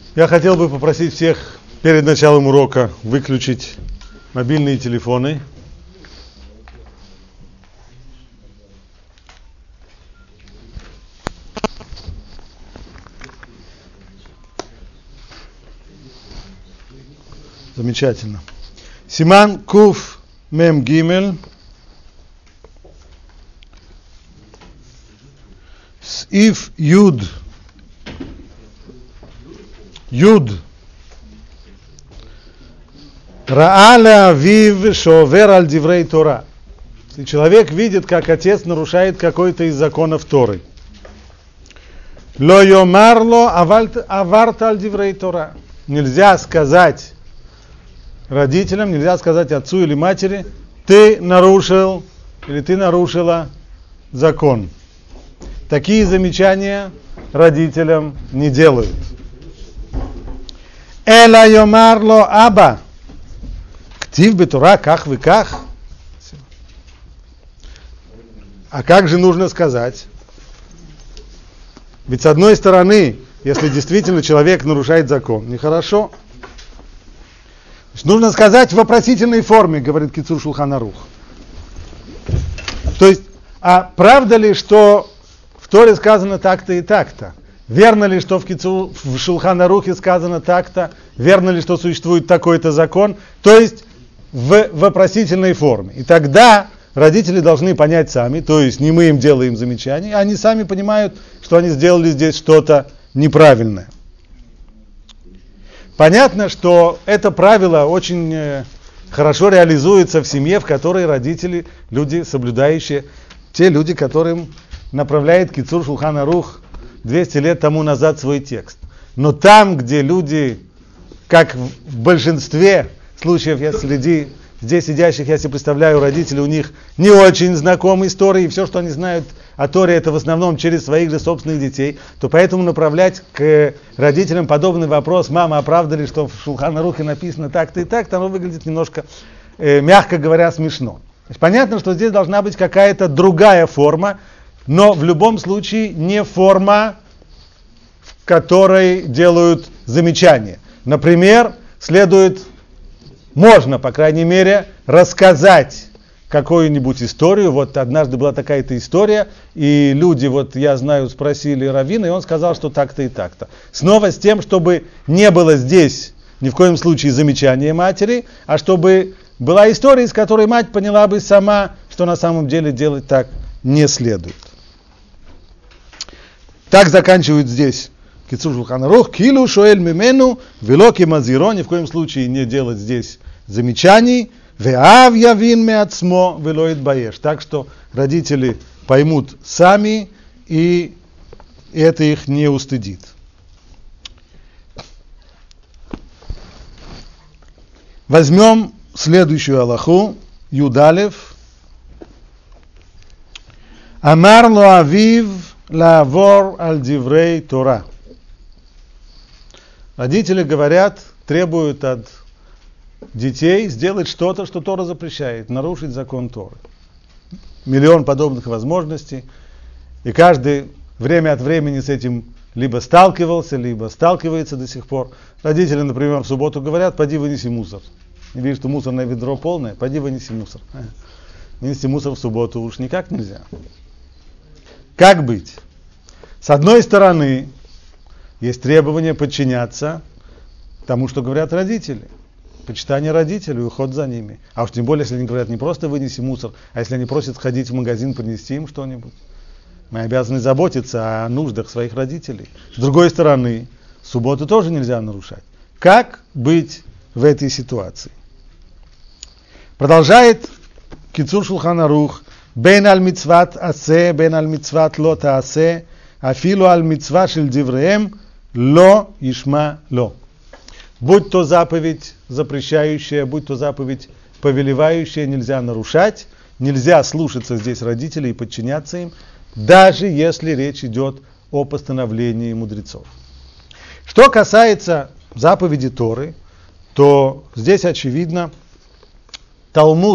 Я хотел бы попросить всех перед началом урока выключить мобильные телефоны. Замечательно. Симан Куф Мем Гимель. Сиф Юд. Юд. Рааля Авив Шовер аль Диврей Тора. Если человек видит, как отец нарушает какой-то из законов Торы. Ло йомарло аварт аль Диврей Тора. Нельзя сказать родителям, нельзя сказать отцу или матери, ты нарушил или ты нарушила закон. Такие замечания родителям не делают. Эла йомарло аба. Ктив бетура ках вы ках. А как же нужно сказать? Ведь с одной стороны, если действительно человек нарушает закон, нехорошо. Нужно сказать в вопросительной форме, говорит Кицур Шулхан Арух. То есть, а правда ли, что в Торе сказано так-то и так-то? Верно ли, что в Шулхан Арухе сказано так-то? Верно ли, что существует такой-то закон? То есть в вопросительной форме. И тогда родители должны понять сами, то есть не мы им делаем замечания, они сами понимают, что они сделали здесь что-то неправильное. Понятно, что это правило очень хорошо реализуется в семье, в которой родители, люди соблюдающие, те люди, которым направляет Кицур Шулхан Арух 200 лет тому назад свой текст. Но там, где люди, как в большинстве случаев, здесь сидящих, я себе представляю, родители, у них не очень знакомы истории, и все, что они знают о Торе, это в основном через своих же собственных детей, то поэтому направлять к родителям подобный вопрос: мама, а правда ли, что в Шулхан Арухе написано так-то и так-то, оно выглядит немножко, мягко говоря, смешно. Понятно, что здесь должна быть какая-то другая форма, но в любом случае не форма, в которой делают замечания. Например, можно, по крайней мере, рассказать какую-нибудь историю. Вот однажды была такая-то история, и люди, я знаю, спросили раввина, и он сказал, что так-то и так-то. Снова с тем, чтобы не было здесь ни в коем случае замечания матери, а чтобы была история, из которой мать поняла бы сама, что на самом деле делать так не следует. Так заканчивают здесь Кицур Шулхан Арух. Килу шоэль мимену велоки мазиро. Ни в коем случае не делать здесь замечаний. Веав явин меацмо велоит баеш. Так что родители поймут сами, и это их не устыдит. Возьмем следующую алаху. Юдалев. Амар ло авив лавор аль диврей Тора. Родители говорят, требуют от детей сделать что-то, что Тора запрещает, нарушить закон Торы. Миллион подобных возможностей, и каждый время от времени с этим либо сталкивался, либо сталкивается до сих пор. Родители, например, в субботу говорят: пойди вынеси мусор. И видишь, что мусорное ведро полное, пойди вынеси мусор. Вынести мусор в субботу уж никак нельзя. Как быть? С одной стороны, есть требование подчиняться тому, что говорят родители. Почитание родителей, уход за ними. А уж тем более, если они говорят не просто вынеси мусор, а если они просят сходить в магазин, принести им что-нибудь. Мы обязаны заботиться о нуждах своих родителей. С другой стороны, субботу тоже нельзя нарушать. Как быть в этой ситуации? Продолжает Кицур Шулхан Арух. Бен аль мицват асе, бен аль мицват ло таасе, афилу аль мицва шель дивреем, ло ишма ло. Будь то заповедь запрещающая, будь то заповедь повелевающая, нельзя нарушать, нельзя слушаться здесь родителей и подчиняться им, даже если речь идет о постановлении мудрецов. Что касается заповеди Торы, то здесь очевидно, Талмуд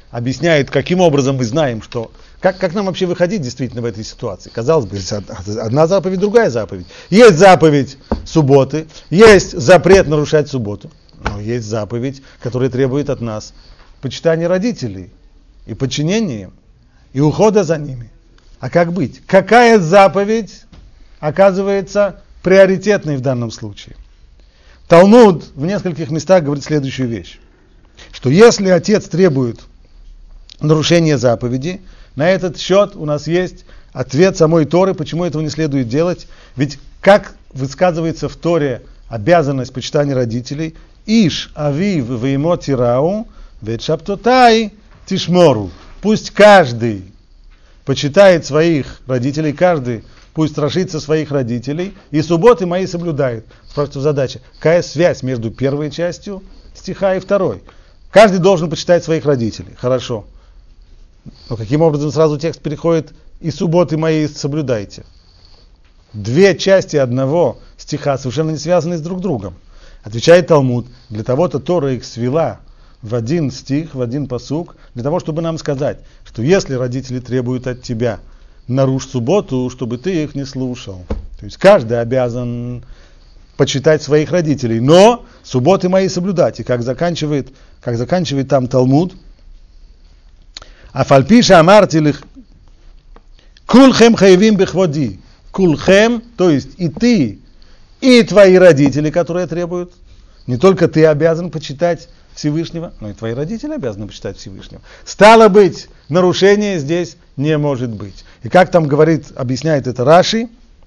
объясняет, каким образом мы знаем, что... Как нам вообще выходить действительно в этой ситуации? Казалось бы, одна заповедь, другая заповедь. Есть заповедь субботы, есть запрет нарушать субботу, но есть заповедь, которая требует от нас почитания родителей и подчинения им, и ухода за ними. А как быть? Какая заповедь оказывается приоритетной в данном случае? Талмуд в нескольких местах говорит следующую вещь, что если отец требует нарушения заповеди, на этот счет у нас есть ответ самой Торы, почему этого не следует делать. Ведь, как высказывается в Торе обязанность почитания родителей, «Иш авив веймо тирау, вет шаптотай тишмору». Пусть каждый почитает своих родителей, каждый пусть страшится своих родителей, и субботы мои соблюдает. Спрашивается задача, какая связь между первой частью стиха и второй? Каждый должен почитать своих родителей. Хорошо. Но каким образом сразу текст переходит «и субботы мои соблюдайте»? Две части одного стиха совершенно не связаны с друг другом. Отвечает Талмуд, для того-то Тора их свела в один стих, в один пасук, для того, чтобы нам сказать, что если родители требуют от тебя нарушь субботу, чтобы ты их не слушал. То есть каждый обязан почитать своих родителей, но субботы мои соблюдать. И как заканчивает там Талмуд, Афальпиша амартилих кульхем хаевим бехводи. Кульхем, то есть и ты, и твои родители, которые требуют. Не только ты обязан почитать Всевышнего, но и твои родители обязаны почитать Всевышнего. Стало быть, нарушения здесь не может быть. И как там говорит, объясняет это Раши,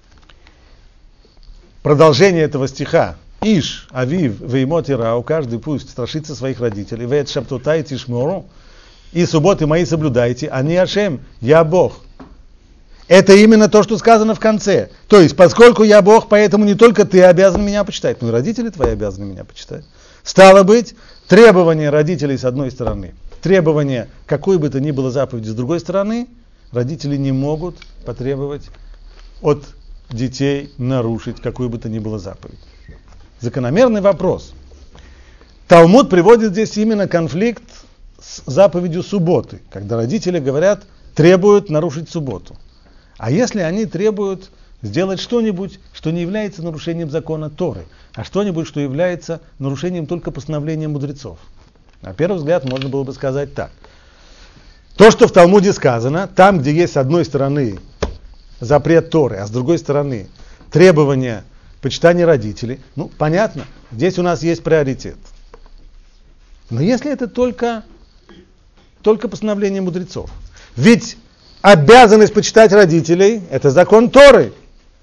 продолжение этого стиха. Иш, авив, веймо тирау, каждый пусть страшится своих родителей. Вет шаптотай тишмору. И субботы мои соблюдайте, а не Ашем, я Бог. Это именно то, что сказано в конце. То есть, поскольку я Бог, поэтому не только ты обязан меня почитать, но и родители твои обязаны меня почитать. Стало быть, требования родителей с одной стороны, требования какой бы то ни было заповеди с другой стороны, родители не могут потребовать от детей нарушить какую бы то ни было заповедь. Закономерный вопрос. Талмуд приводит здесь именно конфликт с заповедью субботы, когда родители говорят, требуют нарушить субботу. А если они требуют сделать что-нибудь, что не является нарушением закона Торы, а что-нибудь, что является нарушением только постановления мудрецов? На первый взгляд можно было бы сказать так. То, что в Талмуде сказано, там, где есть с одной стороны запрет Торы, а с другой стороны требования почитания родителей, понятно, здесь у нас есть приоритет. Но если это только постановление мудрецов. Ведь обязанность почитать родителей – это закон Торы.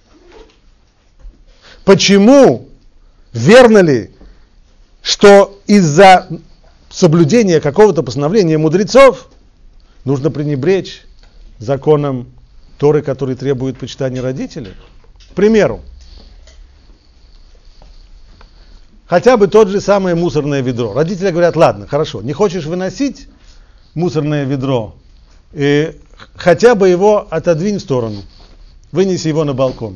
Почему, верно ли, что из-за соблюдения какого-то постановления мудрецов нужно пренебречь законом Торы, который требует почитания родителей? К примеру, хотя бы тот же самое мусорное ведро. Родители говорят, ладно, хорошо, не хочешь выносить мусорное ведро, хотя бы его отодвинь в сторону, вынеси его на балкон.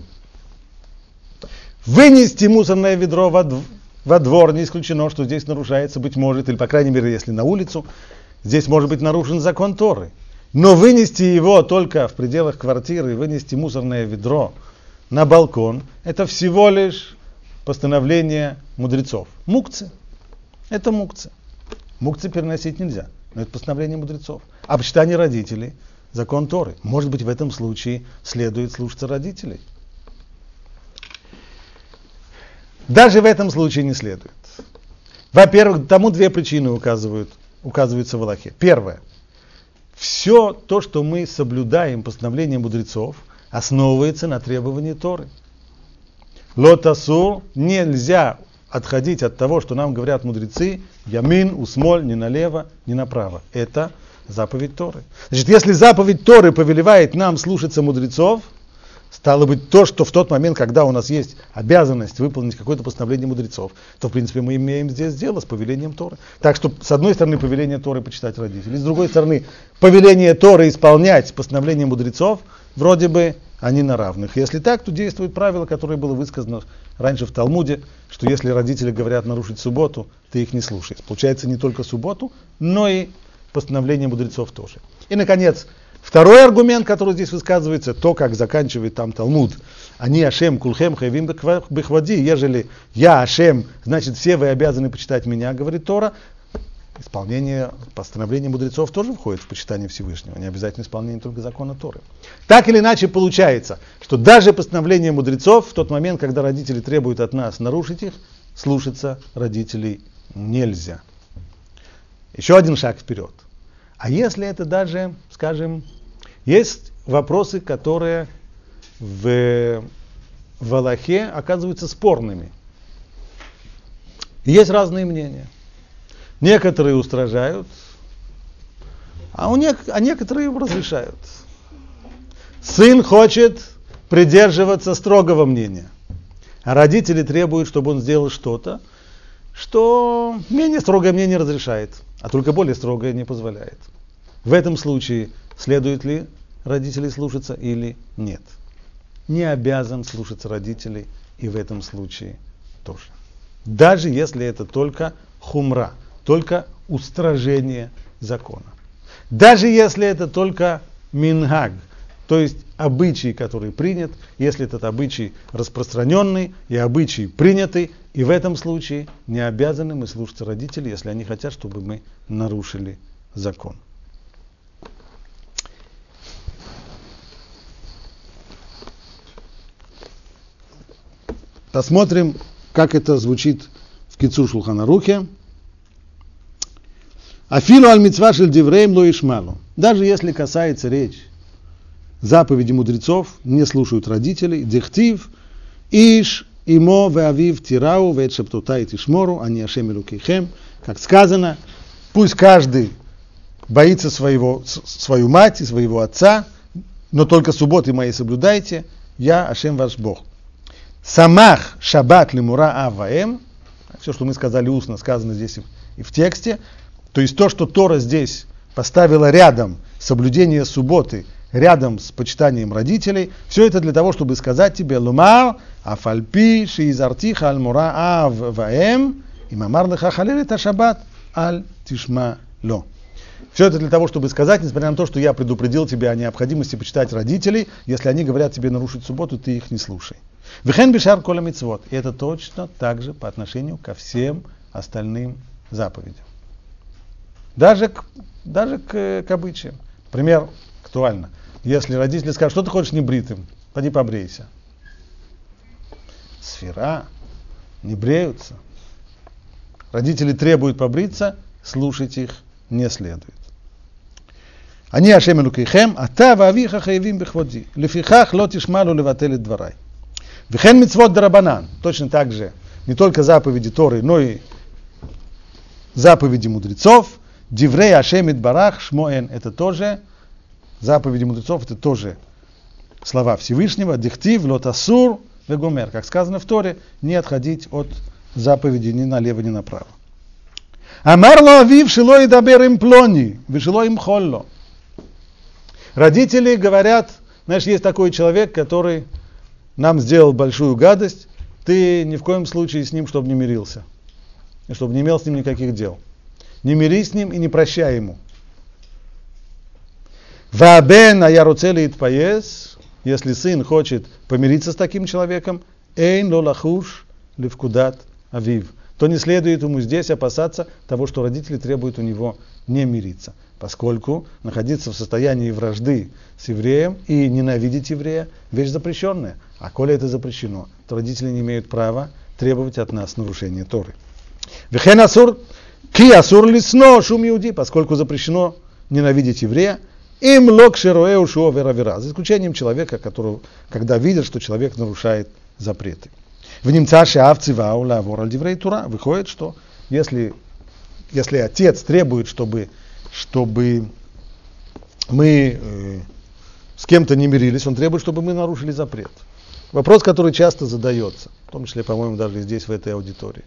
Вынести мусорное ведро во двор, не исключено, что здесь нарушается, быть может, или по крайней мере, если на улицу, здесь может быть нарушен закон Торы. Но вынести его только в пределах квартиры, вынести мусорное ведро на балкон, это всего лишь постановление мудрецов. Мукцы. Это мукцы. Мукцы переносить нельзя. Но это постановление мудрецов. А почитание родителей – закон Торы. Может быть, в этом случае следует слушаться родителей. Даже в этом случае не следует. Во-первых, тому две причины указываются в Алахе. Первое. Все то, что мы соблюдаем постановление мудрецов, основывается на требовании Торы. Лотасу нельзя отходить от того, что нам говорят мудрецы, ямин, усмоль, ни налево, ни направо. Это заповедь Торы. Значит, если заповедь Торы повелевает нам слушаться мудрецов, стало быть, то, что в тот момент, когда у нас есть обязанность выполнить какое-то постановление мудрецов, то, в принципе, мы имеем здесь дело с повелением Торы. Так что, с одной стороны, повеление Торы почитать родителей, с другой стороны, повеление Торы исполнять постановление мудрецов, вроде бы они на равных. Если так, то действует правило, которое было высказано раньше в Талмуде, что если родители говорят нарушить субботу, ты их не слушаешь. Получается не только субботу, но и постановления мудрецов тоже. И, наконец, второй аргумент, который здесь высказывается, то, как заканчивает там Талмуд. Они Ашем кулхем хайвим бехвади, ежели я Ашем, значит все вы обязаны почитать меня, говорит Тора. Исполнение постановления мудрецов тоже входит в почитание Всевышнего, не обязательно исполнение только закона Торы. Так или иначе получается, что даже постановление мудрецов в тот момент, когда родители требуют от нас нарушить их, слушаться родителей нельзя. Еще один шаг вперед. А если это даже, скажем, есть вопросы, которые в Алахе оказываются спорными. И есть разные мнения. Некоторые устражают, а некоторые разрешают. Сын хочет придерживаться строгого мнения, а родители требуют, чтобы он сделал что-то, что менее строгое мнение разрешает, а только более строгое не позволяет. В этом случае следует ли родителей слушаться или нет? Не обязан слушаться родителей и в этом случае тоже. Даже если это только хумра, только устражение закона. Даже если это только мингаг, то есть обычай, который принят, если этот обычай распространенный и обычай принятый, и в этом случае не обязаны мы слушаться родителей, если они хотят, чтобы мы нарушили закон. Посмотрим, как это звучит в Кицур Шулхан Арухе. Афилу аль мицва шель дивреим ло ишмалу. Даже если касается речь заповеди мудрецов, не слушают родителей. Дехтив иш имо веавив тирау веет шептутай тишмору, ани ашем элукейхем. Как сказано, пусть каждый боится свою мать и своего отца, но только субботы мои соблюдайте, я Ашем ваш Бог. Самах шаббат лемура аваэм, все, что мы сказали устно, сказано здесь и в тексте. То есть то, что Тора здесь поставила рядом соблюдение субботы, рядом с почитанием родителей, все это для того, чтобы сказать тебе лумар афальпи шиизартиха аль мура ав ваэм и мамар леха халелит ашаббат аль тишма ло. Все это для того, чтобы сказать, несмотря на то, что я предупредил тебя о необходимости почитать родителей, если они говорят тебе нарушить субботу, ты их не слушай. Вехен бишар кола мицвот. И это точно так же по отношению ко всем остальным заповедям. Даже к обычаям. Пример актуально. Если родители скажут, что ты хочешь небритым, пойди побрейся. Сфера, не бреются. Родители требуют побриться, слушать их не следует. Они Ашем элукейхем, ата ваавиха хаявим бехводи. Лефихах ло тишмалу леватель дварай. Вехен мицвот дарабанан. Точно так же, не только заповеди Торы, но и заповеди мудрецов. Диврей Ашем идбарах шмоэн. Это тоже заповеди мудрецов, это тоже слова Всевышнего. Дихтив лот асур вегумер. Как сказано в Торе, не отходить от заповеди ни налево, ни направо. Амар ло авив шило идабер им плони, вешило им холло. Родители говорят, знаешь, есть такой человек, который нам сделал большую гадость, ты ни в коем случае с ним, чтобы не мирился, и чтобы не имел с ним никаких дел. Не мирись с ним и не прощай ему. Ваабен аяруцели итпаес, если сын хочет помириться с таким человеком, эйн ло лахуш левкудат авив, то не следует ему здесь опасаться того, что родители требуют у него не мириться, поскольку находиться в состоянии вражды с евреем и ненавидеть еврея – вещь запрещенная. А коли это запрещено, то родители не имеют права требовать от нас нарушения Торы. Вехен асур, ки асур лисно шум иуди, поскольку запрещено ненавидеть еврея, им лок шероэу шуо вера, за исключением человека, которого, когда видят, что человек нарушает запреты. В немцаше авцива ула вораль диврей тура. Выходит, что если отец требует, чтобы мы с кем-то не мирились, он требует, чтобы мы нарушили запрет. Вопрос, который часто задается, в том числе, по-моему, даже здесь, в этой аудитории.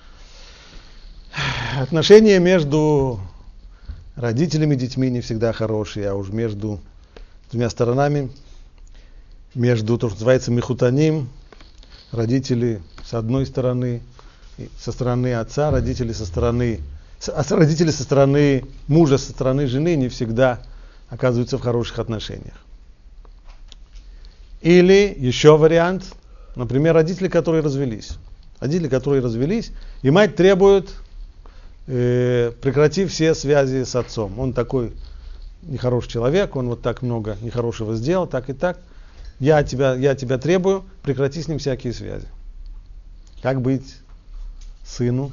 Отношения между родителями и детьми не всегда хорошие, а уж между двумя сторонами, между то, что называется мехутаним, родители с одной стороны, со стороны отца, родители со стороны родители со стороны мужа, со стороны жены не всегда оказываются в хороших отношениях. Или еще вариант, например, родители, которые развелись. Родители, которые развелись, и мать требует прекратив все связи с отцом. Он такой нехороший человек, он вот так много нехорошего сделал, так и так. Я тебя требую, прекрати с ним всякие связи. Как быть сыну?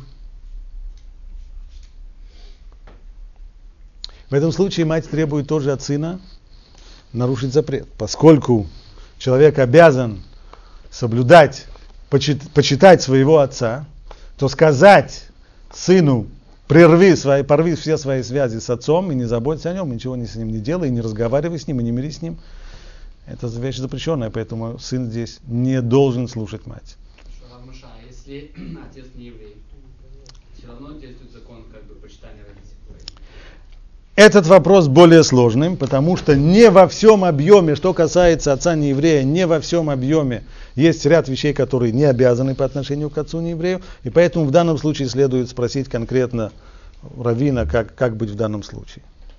В этом случае мать требует тоже от сына нарушить запрет, поскольку человек обязан соблюдать, почитать своего отца, то сказать сыну: порви все свои связи с отцом и не заботься о нем, ничего с ним не делай, и не разговаривай с ним, и не мирись с ним. Это вещь запрещенная, поэтому сын здесь не должен слушать мать. Хорошо, а если отец не еврей, все равно действует закон почитания родителей? Этот вопрос более сложным, потому что не во всем объеме, что касается отца нееврея, не во всем объеме есть ряд вещей, которые не обязаны по отношению к отцу нееврею, и поэтому в данном случае следует спросить конкретно раввина, как быть в данном случае.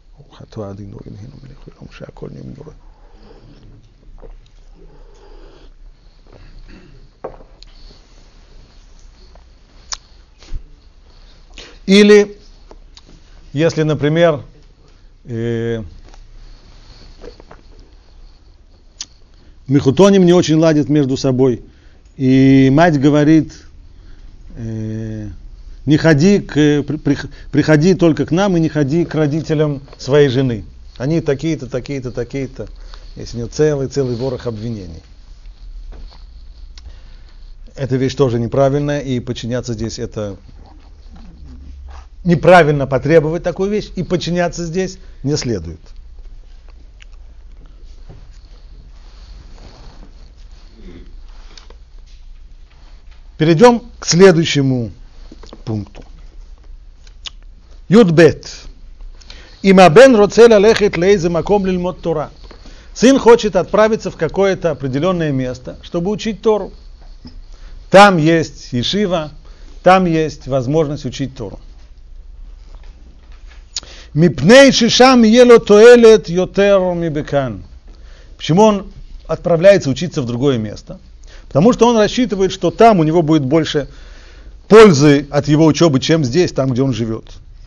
Или, если, например, мехутоним не очень ладят между собой, и мать говорит: приходи только к нам и не ходи к родителям своей жены. Они такие-то, такие-то, такие-то. Есть у нее целый ворох обвинений. Эта вещь тоже неправильная, и подчиняться здесь это неправильно, потребовать такую вещь, и подчиняться здесь не следует. Перейдем к следующему пункту. Юдбет. Имабен роцель алехет лейзе маком лильмот Тора. Сын хочет отправиться в какое-то определенное место, чтобы учить Тору. Там есть ешива, там есть возможность учить Тору. Мипней шишам ело тоэлет йотер мибекан. Почему он отправляется учиться в другое место? Потому что он рассчитывает, что там у него будет больше пользы от его учебы, чем здесь, там, где он живет.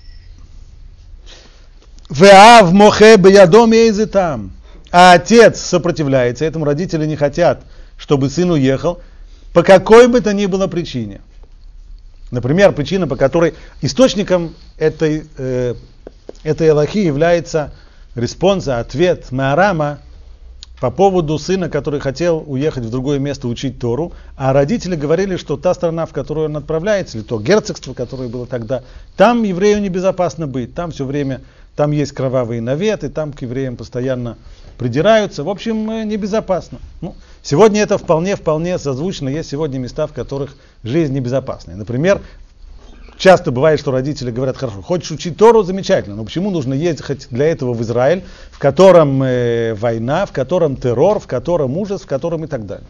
Веав мохе беядом ейзе там. А отец сопротивляется этому, родители не хотят, чтобы сын уехал, по какой бы то ни было причине. Например, причина, по которой источником этой алахи является ответ Маарама по поводу сына, который хотел уехать в другое место учить Тору, а родители говорили, что та страна, в которую он отправляется, или то герцогство, которое было тогда, там еврею небезопасно быть, там все время, там есть кровавые наветы, там к евреям постоянно придираются, в общем, небезопасно. Сегодня это вполне созвучно, есть сегодня места, в которых жизнь небезопасная. Например, часто бывает, что родители говорят: хорошо, хочешь учить Тору, замечательно, но почему нужно ехать для этого в Израиль, в котором война, в котором террор, в котором ужас, в котором и так далее.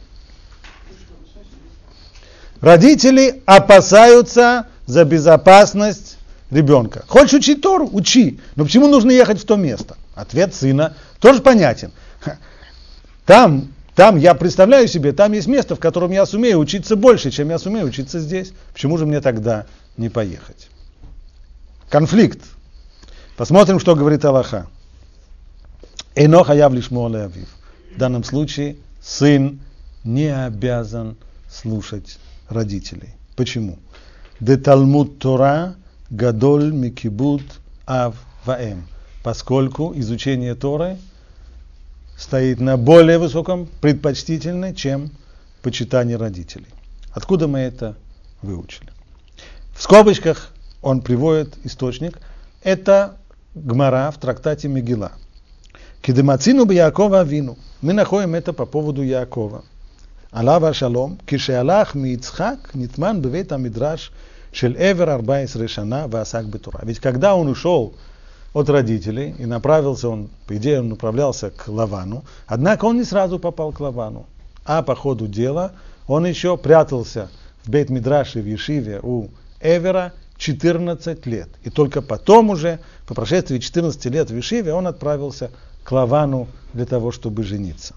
Родители опасаются за безопасность ребенка. Хочешь учить Тору? Учи. Но почему нужно ехать в то место? Ответ сына тоже понятен. Там я представляю себе, там есть место, в котором я сумею учиться больше, чем я сумею учиться здесь. Почему же мне тогда не поехать? Конфликт. Посмотрим, что говорит Алаха. Эйно хаяв лишмо ле авив. В данном случае сын не обязан слушать родителей. Почему? Де талмуд Тора гадоль микибуд ав ваэм. Поскольку изучение Торы стоит на более высоком предпочтительно, чем почитание родителей. Откуда мы это выучили? В скобочках он приводит источник. Это Гмара в трактате Мегила. Кидемацину б Яакова Авину. Мы находим это по поводу Яакова. Алава шалом, кишеалах ми Ицхак нитман бевет амидраш шель эвер 14 шана ваасак бетура. Ведь когда он ушел от родителей и направился, по идее, он направлялся к Лавану, однако он не сразу попал к Лавану, а по ходу дела он еще прятался в Бейт-Мидраше, в Ешиве у Эвера 14 лет. И только потом уже, по прошествии 14 лет в Ешиве, он отправился к Лавану для того, чтобы жениться.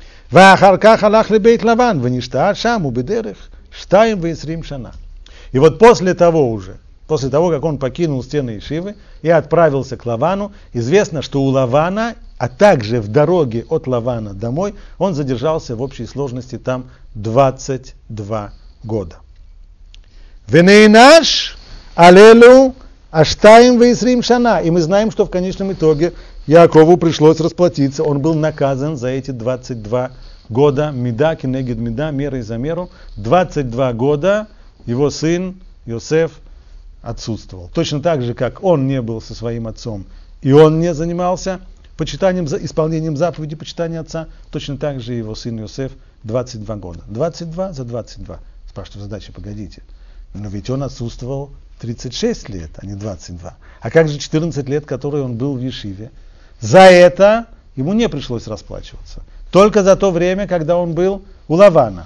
И вот после того, как он покинул стены Ешивы и отправился к Лавану, известно, что у Лавана, а также в дороге от Лавана домой, он задержался в общей сложности там 22 года. Венейнаш алелу аштаим вейсрим шана. И мы знаем, что в конечном итоге Яакову пришлось расплатиться. Он был наказан за эти 22 года. Мида кинегид мида, мерой за меру. 22 года его сын Йосеф отсутствовал. Точно так же, как он не был со своим отцом, и он не занимался исполнением заповеди почитания отца, точно так же его сын Йосеф 22 года. 22 за 22. Спрашиваю задачу, погодите. Но ведь он отсутствовал 36 лет, а не 22. А как же 14 лет, которые он был в Ешиве? За это ему не пришлось расплачиваться. Только за то время, когда он был у Лавана.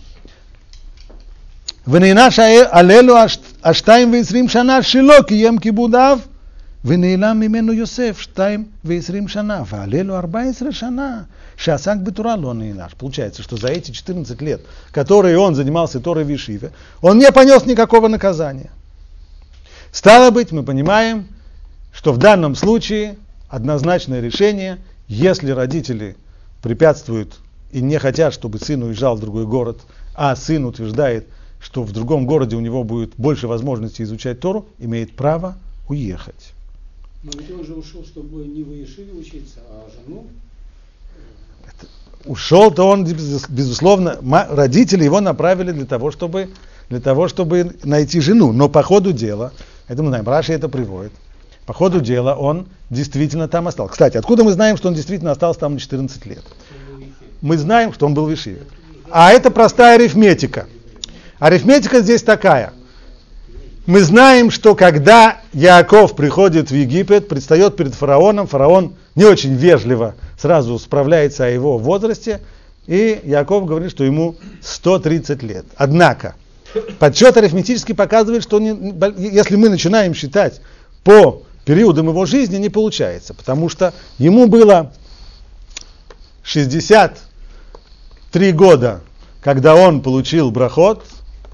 ונענש עללו השתיים ועשרים שנה שלא קיים כיבודיו, ונעלם ממנו יוסף 22 שנה, ועללו 14 שנה, שעסק בתורה לא נענש. Получается, что за эти 14 лет, которые он занимался Торой в Ешиве, он не понес никакого наказания. Стало быть, мы понимаем, что в данном случае однозначное решение, если родители препятствуют и не хотят, чтобы сын уезжал в другой город, а сын утверждает, что в другом городе у него будет больше возможностей изучать Тору, имеет право уехать. Но ведь он же ушел, чтобы не в Ешиве учиться, а жену. Ушел-то он, безусловно, родители его направили для того, чтобы найти жену. Но по ходу дела, это мы знаем, Раши это приводит, по ходу дела он действительно там остался. Кстати, откуда мы знаем, что он действительно остался там на 14 лет? Мы знаем, что он был в Ешиве. А это простая арифметика. Арифметика здесь такая. Мы знаем, что когда Яаков приходит в Египет, предстает перед фараоном, фараон не очень вежливо сразу справляется о его возрасте, и Яаков говорит, что ему 130 лет. Однако, подсчет арифметически показывает, что если мы начинаем считать по периодам его жизни, не получается, потому что ему было 63 года, когда он получил брахот,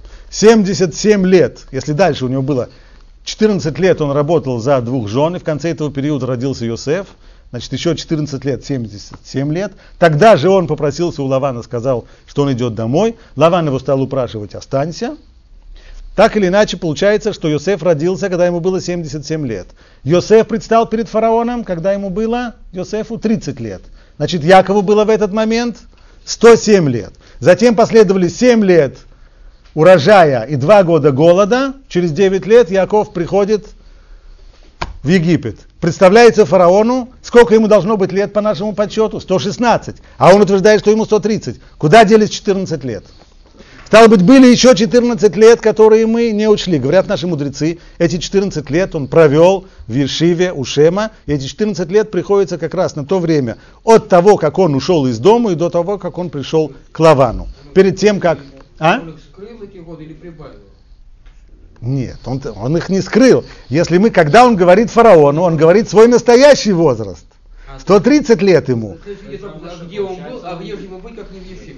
77 лет, если дальше у него было 14 лет, он работал за 2 жен, и в конце этого периода родился Йосеф, значит, еще 14 лет, 77 лет. Тогда же он попросился у Лавана, сказал, что он идет домой. Лаван его стал упрашивать, останься. Так или иначе, получается, что Йосеф родился, когда ему было 77 лет. Йосеф предстал перед фараоном, когда ему было, Йосефу, 30 лет. Значит, Якову было в этот момент 107 лет. Затем последовали 7 лет урожая и 2 года голода. Через 9 лет Яаков приходит в Египет. Представляется фараону, сколько ему должно быть лет по нашему подсчету? 116. А он утверждает, что ему 130. Куда делись 14 лет? Стало быть, были еще 14 лет, которые мы не учли. Говорят наши мудрецы, эти 14 лет он провел в Ешиве у Шема. И эти 14 лет приходится как раз на то время от того, как он ушел из дома, и до того, как он пришел к Лавану. Перед тем, как... Он их скрыл эти годы или прибавил? Нет, он их не скрыл. Когда он говорит фараону, он говорит свой настоящий возраст. 130 лет ему. Где он был, а где же ему быть, как не в Ешиве?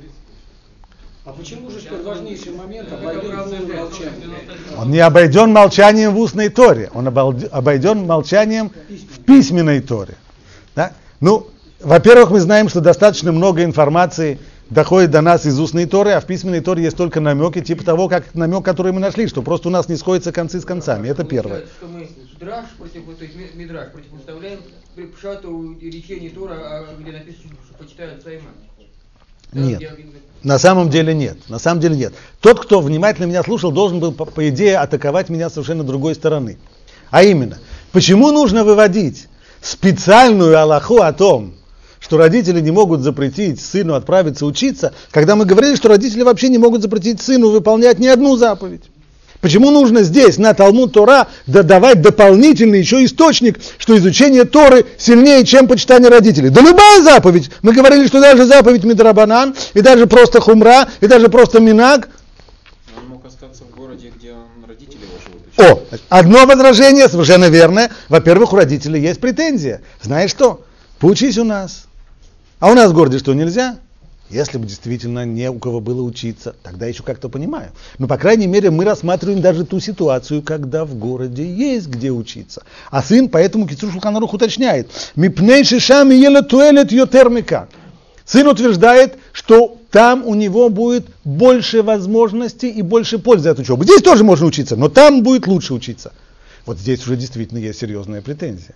А почему же столь важнейший момент обойден молчанием? Он не обойден молчанием в устной Торе, он обойден молчанием в письменной Торе. Да? Во-первых, мы знаем, что достаточно много информации доходит до нас из устной Торы, а в письменной Торе есть только намеки, типа того, как намек, который мы нашли, что просто у нас не сходятся концы с концами. Это первое. Что мы драш мидраш противопоставляем пшату речения Тора, где написано, что почитают отца и мать. Нет. На самом деле нет. Тот, кто внимательно меня слушал, должен был, по идее, атаковать меня совершенно другой стороны. А именно, почему нужно выводить специальную алаху о том, что родители не могут запретить сыну отправиться учиться, когда мы говорили, что родители вообще не могут запретить сыну выполнять ни одну заповедь. Почему нужно здесь, на Талмуд Тора, давать дополнительный еще источник, что изучение Торы сильнее, чем почитание родителей? Да любая заповедь! Мы говорили, что даже заповедь Мидрабанан, и даже просто Хумра, и даже просто Минаг. Он мог остаться в городе, где родители его живут. Одно возражение совершенно верное. Во-первых, у родителей есть претензия. Знаешь что? Поучись у нас. А у нас в городе что, нельзя? Если бы действительно не у кого было учиться, тогда еще как-то понимаю. Но, по крайней мере, мы рассматриваем даже ту ситуацию, когда в городе есть где учиться. А сын поэтому Кицур Шулхан Арух уточняет. Мипней шишам ела туэлет йотер микан. Сын утверждает, что там у него будет больше возможностей и больше пользы от учебы. Здесь тоже можно учиться, но там будет лучше учиться. Вот здесь уже действительно есть серьезная претензия.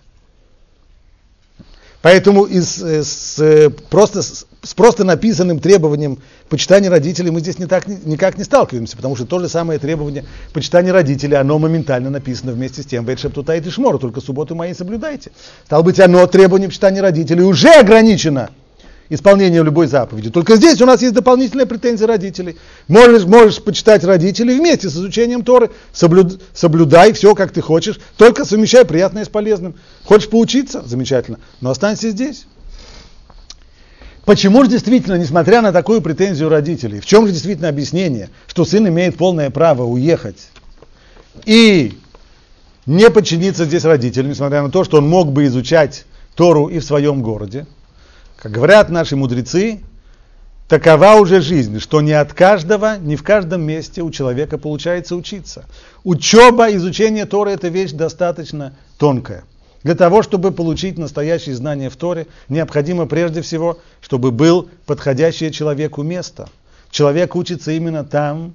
Поэтому с просто написанным требованием почитания родителей мы здесь никак не сталкиваемся, потому что то же самое требование почитания родителей, оно моментально написано вместе с тем «Вэт шептута и тишмор», только субботу мои соблюдайте. Стало быть, оно, требование почитания родителей, уже ограничено исполнением любой заповеди. Только здесь у нас есть дополнительная претензия родителей. Можешь почитать родителей вместе с изучением Торы, соблюдай все, как ты хочешь, только совмещай приятное с полезным. Хочешь поучиться? Замечательно, но останься здесь. Почему же действительно, несмотря на такую претензию родителей, в чем же действительно объяснение, что сын имеет полное право уехать и не подчиниться здесь родителям, несмотря на то, что он мог бы изучать Тору и в своем городе? Как говорят наши мудрецы, такова уже жизнь, что не от каждого, не в каждом месте у человека получается учиться. Учеба, изучение Торы – это вещь достаточно тонкая. Для того, чтобы получить настоящие знания в Торе, необходимо прежде всего, чтобы был подходящее человеку место. Человек учится именно там,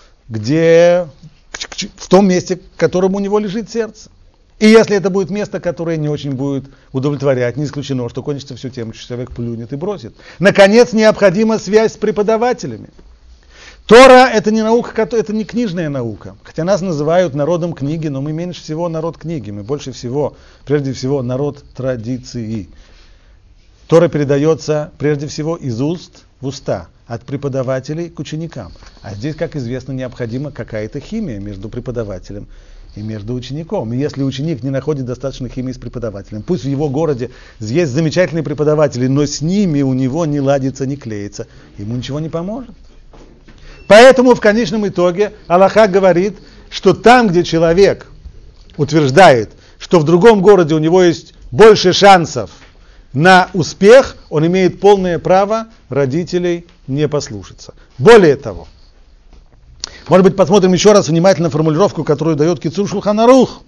в том месте, к которому у него лежит сердце. И если это будет место, которое не очень будет удовлетворять, не исключено, что кончится все тем, что человек плюнет и бросит. Наконец, необходима связь с преподавателями. Тора – это не наука, это не книжная наука. Хотя нас называют народом книги, но мы меньше всего народ книги. Мы больше всего, прежде всего, народ традиции. Тора передается прежде всего из уст в уста, от преподавателей к ученикам. А здесь, как известно, необходима какая-то химия между преподавателем и между учеником. И если ученик не находит достаточно химии с преподавателем, пусть в его городе есть замечательные преподаватели, но с ними у него не ладится, не клеится, ему ничего не поможет. Поэтому в конечном итоге Аллаха говорит, что там, где человек утверждает, что в другом городе у него есть больше шансов на успех, он имеет полное право родителей не послушаться. Более того, может быть, посмотрим еще раз внимательно формулировку, которую дает Кицур Шулхан Арух.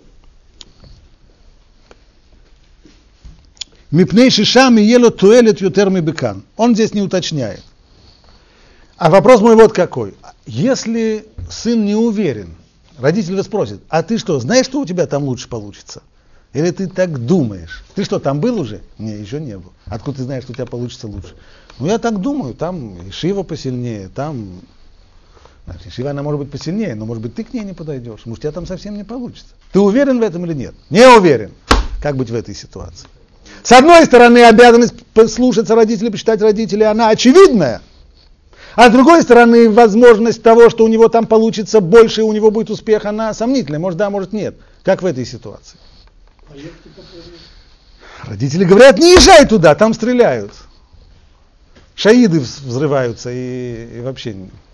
Мипней шишам ело туэлет ютер мибекан. Он здесь не уточняет. А вопрос мой вот какой. Если сын не уверен, родитель вас спросит, а ты что, знаешь, что у тебя там лучше получится? Или ты так думаешь? Ты что, там был уже? Не, еще не был. Откуда ты знаешь, что у тебя получится лучше? Ну, я так думаю, там ишива посильнее, там... Ишива, она может быть посильнее, но, может быть, ты к ней не подойдешь. Может, у тебя там совсем не получится. Ты уверен в этом или нет? Не уверен. Как быть в этой ситуации? С одной стороны, обязанность послушаться родителей, почитать родителей, она очевидная. А с другой стороны, возможность того, что у него там получится больше, и у него будет успех, она сомнительная. Может да, может нет. Как в этой ситуации? Родители говорят, не езжай туда, там стреляют. Шаиды взрываются и вообще...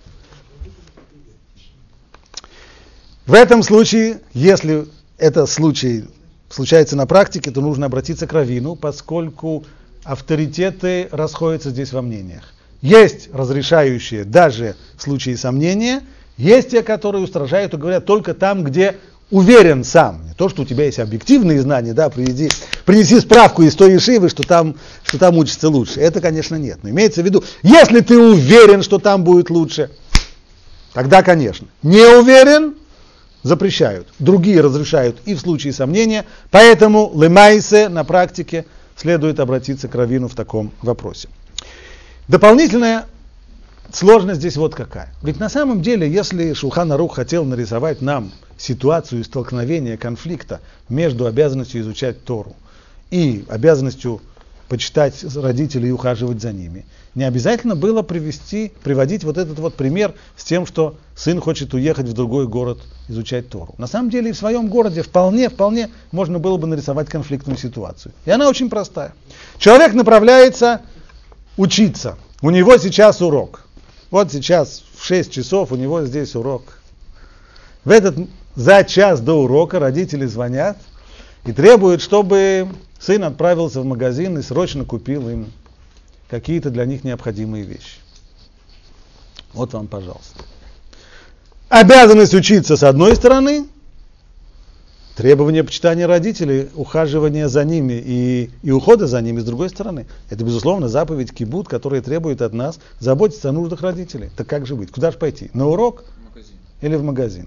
В этом случае, если это случай случается на практике, то нужно обратиться к раввину, поскольку авторитеты расходятся здесь во мнениях. Есть разрешающие даже в случае сомнения, есть те, которые устражают и говорят только там, где уверен сам. Не то, что у тебя есть объективные знания, да, принеси справку из той ешивы, что там учится лучше. Это, конечно, нет. Но имеется в виду, если ты уверен, что там будет лучше, тогда, конечно. Не уверен, запрещают. Другие разрешают и в случае сомнения. Поэтому лемайсе на практике следует обратиться к раввину в таком вопросе. Дополнительная сложность здесь вот какая. Ведь на самом деле, если Шулхан Арух хотел нарисовать нам ситуацию столкновения, конфликта между обязанностью изучать Тору и обязанностью почитать родителей и ухаживать за ними, не обязательно было приводить вот этот вот пример с тем, что сын хочет уехать в другой город изучать Тору. На самом деле и в своем городе вполне можно было бы нарисовать конфликтную ситуацию. И она очень простая. Человек направляется учиться. У него сейчас урок. Вот сейчас в 6 часов у него здесь урок. В этот за час до урока родители звонят и требуют, чтобы сын отправился в магазин и срочно купил им какие-то для них необходимые вещи. Вот вам, пожалуйста. Обязанность учиться с одной стороны, требование почитания родителей, ухаживания за ними и ухода за ними с другой стороны. Это, безусловно, заповедь кибут, которая требует от нас заботиться о нуждах родителей. Так как же быть? Куда же пойти? На урок или в магазин?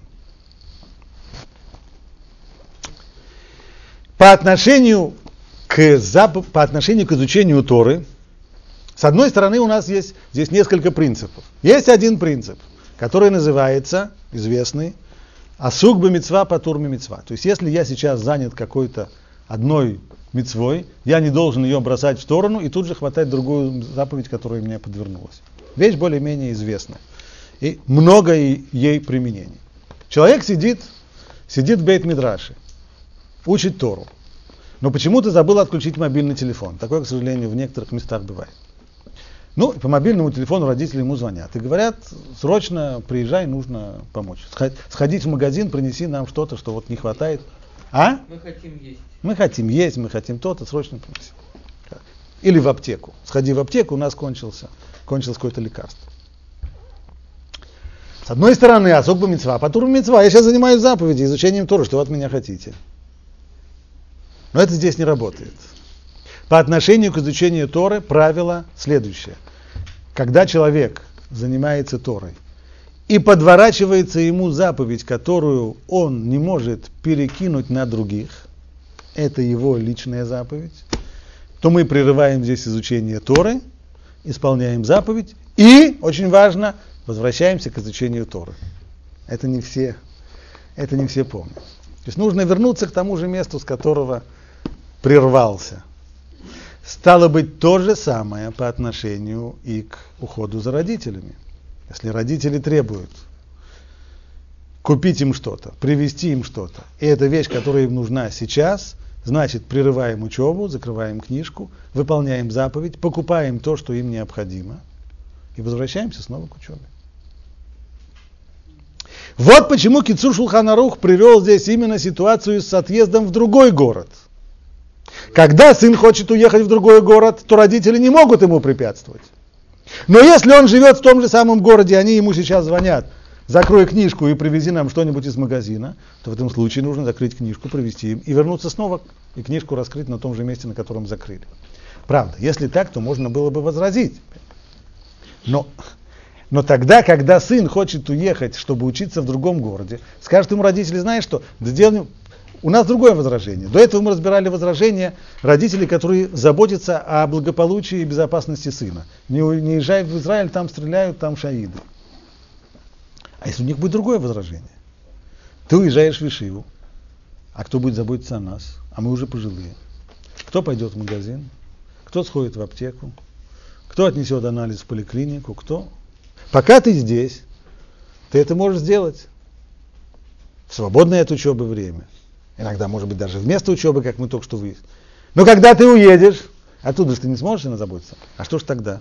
По отношению к изучению Торы, с одной стороны, у нас есть здесь несколько принципов. Есть один принцип, который называется, известный, асук бе мицва патур ми мицва. То есть, если я сейчас занят какой-то одной мицвой, я не должен ее бросать в сторону и тут же хватать другую заповедь, которая мне подвернулась. Вещь более-менее известная. И много ей применений. Человек сидит в бейт-мидраше, учит Тору. Но почему-то забыл отключить мобильный телефон. Такое, к сожалению, в некоторых местах бывает. Ну, по мобильному телефону родители ему звонят и говорят: срочно приезжай, нужно помочь. Сходить в магазин, принеси нам что-то, что вот не хватает. А? Мы хотим есть. Мы хотим есть, мы хотим то-то, срочно принеси. Или в аптеку. Сходи в аптеку, у нас кончилось какое-то лекарство. С одной стороны, асук бе мицва, патур ми мицва. Я сейчас занимаюсь заповедью, изучением Торы, что вы от меня хотите. Но это здесь не работает. По отношению к изучению Торы правило следующее. Когда человек занимается Торой и подворачивается ему заповедь, которую он не может перекинуть на других, это его личная заповедь, то мы прерываем здесь изучение Торы, исполняем заповедь и, очень важно, возвращаемся к изучению Торы. Это не все помнят. То есть нужно вернуться к тому же месту, с которого прервался. Стало быть, то же самое по отношению и к уходу за родителями. Если родители требуют купить им что-то, привезти им что-то, и это вещь, которая им нужна сейчас, значит, прерываем учебу, закрываем книжку, выполняем заповедь, покупаем то, что им необходимо, и возвращаемся снова к учебе. Вот почему Кицур Шулхан Арух привел здесь именно ситуацию с отъездом в другой город. Когда сын хочет уехать в другой город, то родители не могут ему препятствовать. Но если он живет в том же самом городе, они ему сейчас звонят: закрой книжку и привези нам что-нибудь из магазина, то в этом случае нужно закрыть книжку, привезти им и вернуться снова, и книжку раскрыть на том же месте, на котором закрыли. Правда, если так, то можно было бы возразить. Но тогда, когда сын хочет уехать, чтобы учиться в другом городе, скажут ему родители: знаешь что, сделаем... У нас другое возражение. До этого мы разбирали возражение родителей, которые заботятся о благополучии и безопасности сына. Не езжай в Израиль, там стреляют, там шаиды. А если у них будет другое возражение? Ты уезжаешь в Ешиву, а кто будет заботиться о нас? А мы уже пожилые. Кто пойдет в магазин? Кто сходит в аптеку? Кто отнесет анализ в поликлинику? Кто? Пока ты здесь, ты это можешь сделать в свободное от учебы время. Иногда, может быть, даже вместо учебы, как мы только что выяснили. Но когда ты уедешь, оттуда же ты не сможешь им заботиться. А что ж тогда?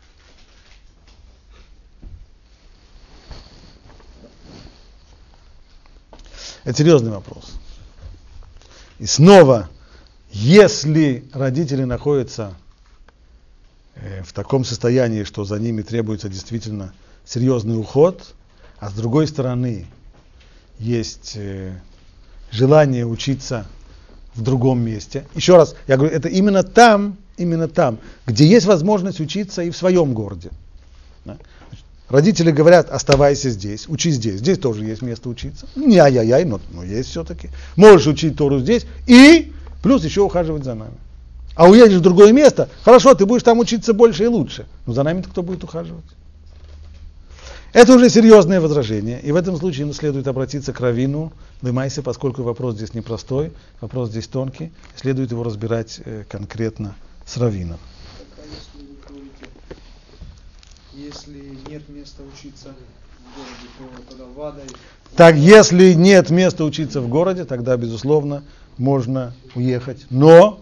Это серьезный вопрос. И снова, если родители находятся в таком состоянии, что за ними требуется действительно серьезный уход, а с другой стороны есть желание учиться в другом месте. Еще раз, я говорю, это именно там, где есть возможность учиться и в своем городе. Да? Родители говорят: оставайся здесь, учи здесь. Здесь тоже есть место учиться. Не ай-яй-яй, но есть все-таки. Можешь учить Тору здесь и плюс еще ухаживать за нами. А уедешь в другое место, хорошо, ты будешь там учиться больше и лучше. Но за нами-то кто будет ухаживать? Это уже серьезное возражение, и в этом случае следует обратиться к раввину Лемайсе, поскольку вопрос здесь непростой, вопрос здесь тонкий, следует его разбирать конкретно с раввином. Если нет места учиться в городе, то тогда ВАДА... Так, если нет места учиться в городе, тогда, безусловно, можно уехать. Но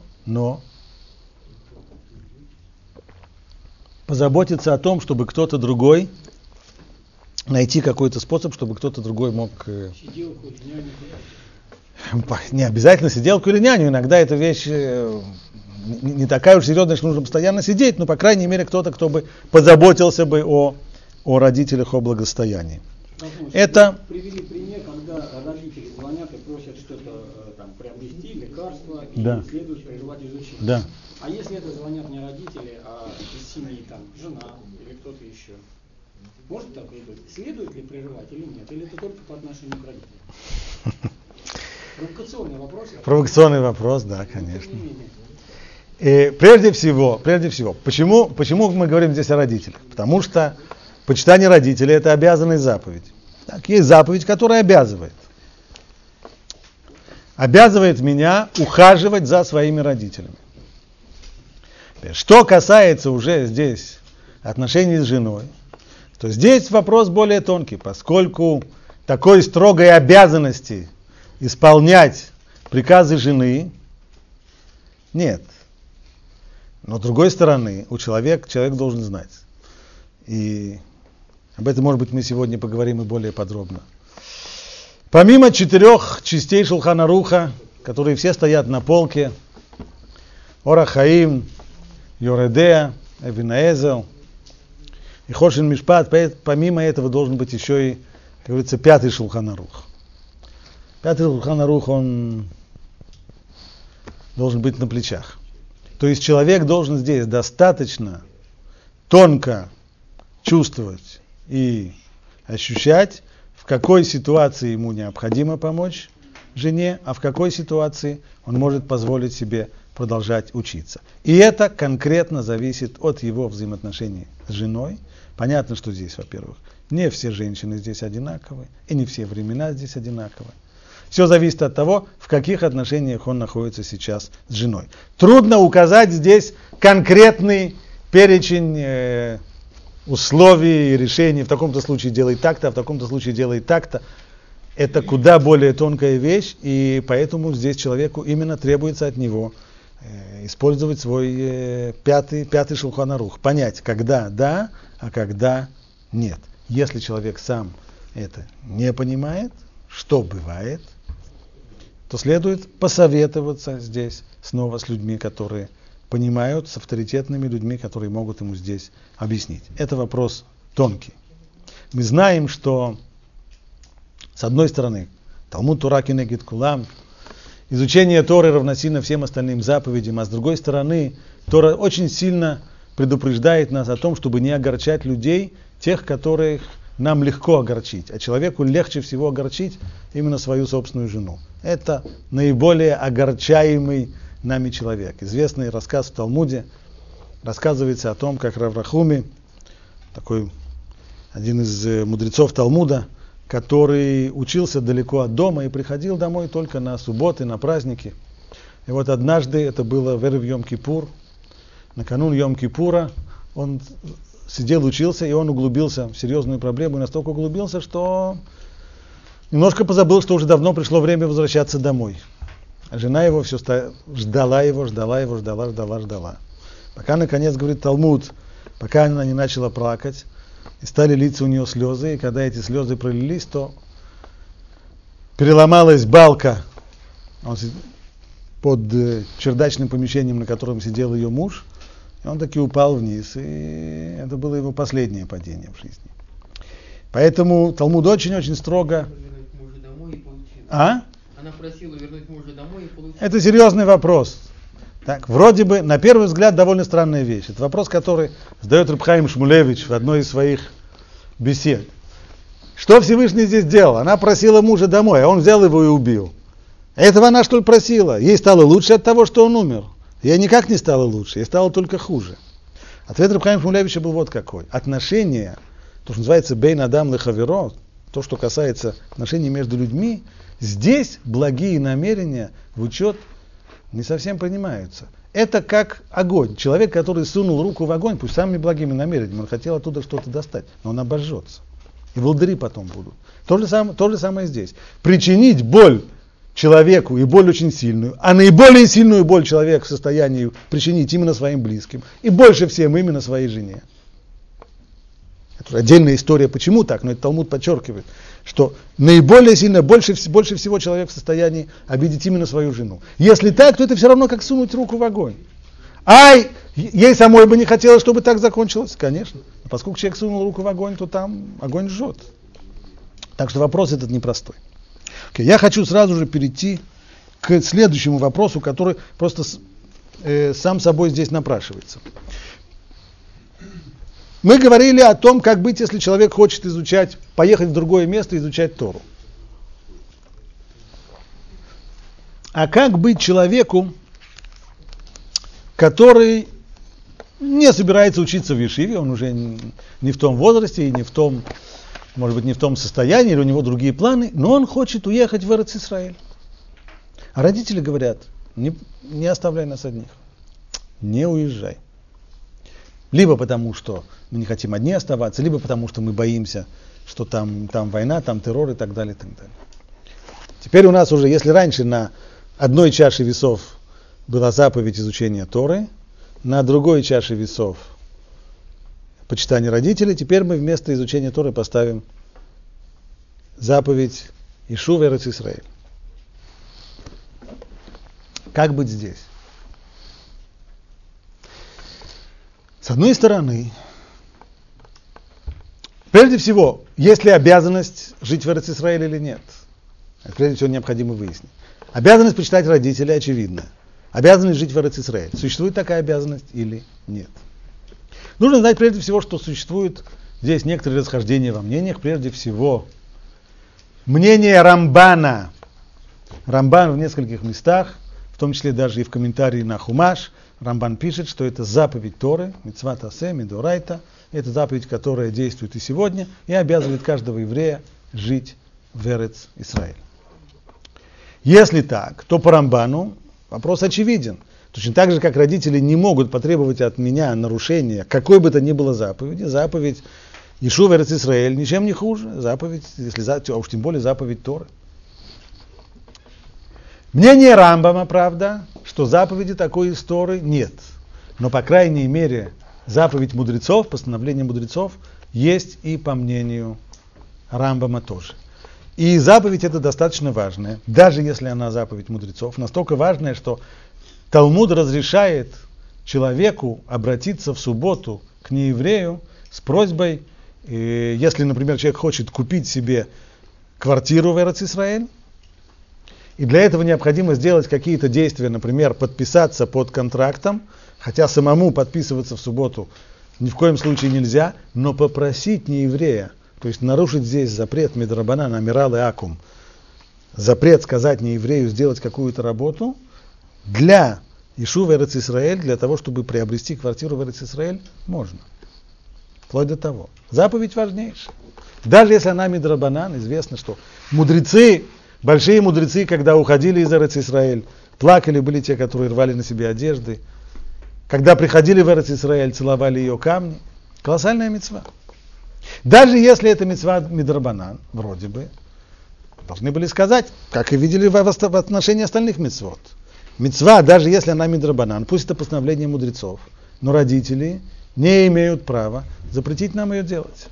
позаботиться о том, чтобы кто-то другой найти какой-то способ, чтобы кто-то другой мог... Сиделку, няню. Не обязательно сиделку или няню, иногда эта вещь не такая уж серьезная, что нужно постоянно сидеть, но, по крайней мере, кто-то, кто бы позаботился бы о родителях, о благосостоянии. Это... Привели пример, когда родители звонят и просят что-то там приобрести, лекарства, и Да. следует прерывать изучение. Да. А если это звонят не родители, а из семьи, там, жена или кто-то еще? Может так и быть? Следует ли прерывать или нет? Или это только по отношению к родителям? Провокационный вопрос. Провокационный вопрос, да, конечно. Тем не менее. И прежде всего, почему мы говорим здесь о родителях? Потому что почитание родителей – это обязанная заповедь. Так, есть заповедь, которая обязывает. Обязывает меня ухаживать за своими родителями. Что касается уже здесь отношений с женой, то здесь вопрос более тонкий, поскольку такой строгой обязанности исполнять приказы жены нет. Но с другой стороны, человек должен знать. И об этом, может быть, мы сегодня поговорим и более подробно. Помимо 4 частей Шулхан Аруха, которые все стоят на полке, Орах Хаим, Йоредея, Эвинаэзел и Хошин Мишпат, помимо этого должен быть еще и, как говорится, 5-й Шулхан Арух. 5-й Шулхан Арух, он должен быть на плечах. То есть человек должен здесь достаточно тонко чувствовать и ощущать, в какой ситуации ему необходимо помочь жене, а в какой ситуации он может позволить себе продолжать учиться. И это конкретно зависит от его взаимоотношений с женой. Понятно, что здесь, во-первых, не все женщины здесь одинаковые, и не все времена здесь одинаковые. Все зависит от того, в каких отношениях он находится сейчас с женой. Трудно указать здесь конкретный перечень условий и решений. В таком-то случае делай так-то, а в таком-то случае делай так-то. Это куда более тонкая вещь, и поэтому здесь человеку именно требуется от него использовать свой пятый Шулхан Арух. Понять, когда да, а когда нет. Если человек сам это не понимает, что бывает, то следует посоветоваться здесь снова с людьми, которые понимают, с авторитетными людьми, которые могут ему здесь объяснить. Это вопрос тонкий. Мы знаем, что с одной стороны, Талмуд Тора кенегед кулам, изучение Торы равносильно всем остальным заповедям, а с другой стороны, Тора очень сильно предупреждает нас о том, чтобы не огорчать людей, тех, которых нам легко огорчить, а человеку легче всего огорчить именно свою собственную жену. Это наиболее огорчаемый нами человек. Известный рассказ в Талмуде рассказывается о том, как Рав Рахуми, такой один из мудрецов Талмуда, который учился далеко от дома и приходил домой только на субботы, на праздники. И вот однажды, это было в Эрев Йом-Кипур, накануне Йом-Кипура, он сидел, учился, и он углубился в серьезную проблему, и настолько углубился, что немножко позабыл, что уже давно пришло время возвращаться домой. А жена его все ждала его. Пока, наконец, говорит Талмуд, пока она не начала плакать, и стали литься у нее слезы, и когда эти слезы пролились, то переломалась балка под чердачным помещением, на котором сидел ее муж, и он таки упал вниз, и это было его последнее падение в жизни. Поэтому Талмуд очень-очень строго... Она просила вернуть мужа домой и получила. Это серьезный вопрос. Так, вроде бы, на первый взгляд, довольно странная вещь. Это вопрос, который задает Реб Хаим Шмулевич в одной из своих бесед. Что Всевышний здесь делал? Она просила мужа домой, а он взял его и убил. Этого она, что ли, просила? Ей стало лучше от того, что он умер. Ей никак не стало лучше, ей стало только хуже. Ответ Реб Хаим Шмулевича был вот какой. Отношения, то, что называется бейн адам лехаверо, то, что касается отношений между людьми, здесь благие намерения в учет не совсем принимаются. Это как огонь. Человек, который сунул руку в огонь, пусть самыми благими намерениями, он хотел оттуда что-то достать, но он обожжется. И волдыри потом будут. То же самое здесь. Причинить боль человеку, и боль очень сильную, а наиболее сильную боль человек в состоянии причинить именно своим близким, и больше всем именно своей жене. Отдельная история, почему так, но это Талмуд подчеркивает, что наиболее сильно, больше всего человек в состоянии обидеть именно свою жену. Если так, то это все равно как сунуть руку в огонь. Ай, ей самой бы не хотелось, чтобы так закончилось, конечно. А поскольку человек сунул руку в огонь, то там огонь жжет. Так что вопрос этот непростой. Я хочу сразу же перейти к следующему вопросу, который просто сам собой здесь напрашивается. Мы говорили о том, как быть, если человек хочет поехать в другое место и изучать Тору. А как быть человеку, который не собирается учиться в ешиве, он уже не в том возрасте и не в том, может быть, не в том состоянии, или у него другие планы, но он хочет уехать в Эрец-Исраэль. А родители говорят, не оставляй нас одних, не уезжай. Либо потому, что мы не хотим одни оставаться, либо потому, что мы боимся, что там война, там террор и так далее, и так далее. Теперь у нас уже, если раньше на одной чаше весов была заповедь изучения Торы, на другой чаше весов почитание родителей, теперь мы вместо изучения Торы поставим заповедь Ишув Эрец-Исраэль. Как быть здесь? С одной стороны, прежде всего, есть ли обязанность жить в Эрец-Исраэле или нет? Это прежде всего необходимо выяснить. Обязанность почитать родителей очевидна. Обязанность жить в Эрец-Исраэль. Существует такая обязанность или нет? Нужно знать прежде всего, что существует здесь некоторые расхождения во мнениях. Прежде всего, мнение Рамбана. Рамбан в нескольких местах, в том числе даже и в комментарии на Хумаш, Рамбан пишет, что это заповедь Торы, мицват асе, мидорайта, это заповедь, которая действует и сегодня, и обязывает каждого еврея жить в Эрец-Исраэль. Если так, то по Рамбану вопрос очевиден. Точно так же, как родители не могут потребовать от меня нарушения какой бы то ни было заповеди, заповедь Ишув Эрец-Исраэль ничем не хуже, заповедь, а уж тем более заповедь Торы. Мнение Рамбама, правда, что заповеди такой из Торы нет. Но, по крайней мере, заповедь мудрецов, постановление мудрецов, есть и по мнению Рамбама тоже. И заповедь эта достаточно важная, даже если она заповедь мудрецов, настолько важная, что Талмуд разрешает человеку обратиться в субботу к нееврею с просьбой, если, например, человек хочет купить себе квартиру в Эрец-Исраэль, и для этого необходимо сделать какие-то действия, например, подписаться под контрактом, хотя самому подписываться в субботу ни в коем случае нельзя, но попросить нееврея, то есть нарушить здесь запрет Мидрабанан, Амирал и Акум, запрет сказать нееврею сделать какую-то работу, для Ишув Эрец-Исраэль, для того, чтобы приобрести квартиру в Эрец-Исраэль, можно. Вплоть до того. Заповедь важнейшая. Даже если она Мидрабанан, известно, что мудрецы, большие мудрецы, когда уходили из Эрец-Исраэль, плакали, были те, которые рвали на себе одежды. Когда приходили в Эрец-Исраэль, целовали ее камни. Колоссальная мицва. Даже если это мицва мидрабанан, вроде бы, должны были сказать, как и видели в отношении остальных мицвот. Мицва, даже если она мидрабанан, пусть это постановление мудрецов, но родители не имеют права запретить нам ее делать.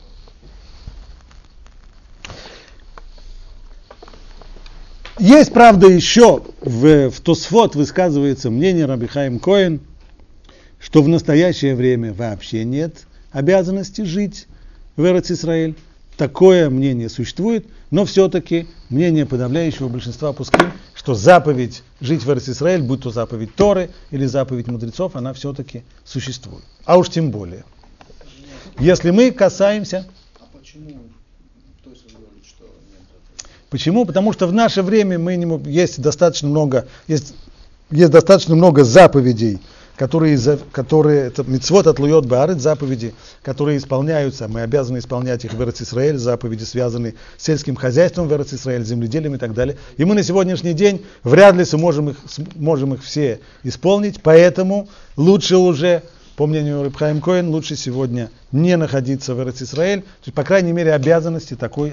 Есть, правда, еще в Тосфот высказывается мнение Раби Хаим Коэн, что в настоящее время вообще нет обязанности жить в Эрец-Исраэль. Такое мнение существует, но все-таки мнение подавляющего большинства пуским, что заповедь жить в Эрец-Исраэль, будь то заповедь Торы или заповедь мудрецов, она все-таки существует. А уж тем более. Если мы касаемся... А почему? Почему? Потому что в наше время есть достаточно много заповедей, которые это мицвот атлуйот баарет, заповеди, которые исполняются, мы обязаны исполнять их в Эрец-Исраэль, заповеди, связанные с сельским хозяйством в Эрец-Исраэль, земледелием и так далее. И мы на сегодняшний день вряд ли сможем их все исполнить, поэтому лучше уже, по мнению Раби Хаим Коэн, лучше сегодня не находиться в Эрец-Исраэль, то есть, по крайней мере, обязанности такой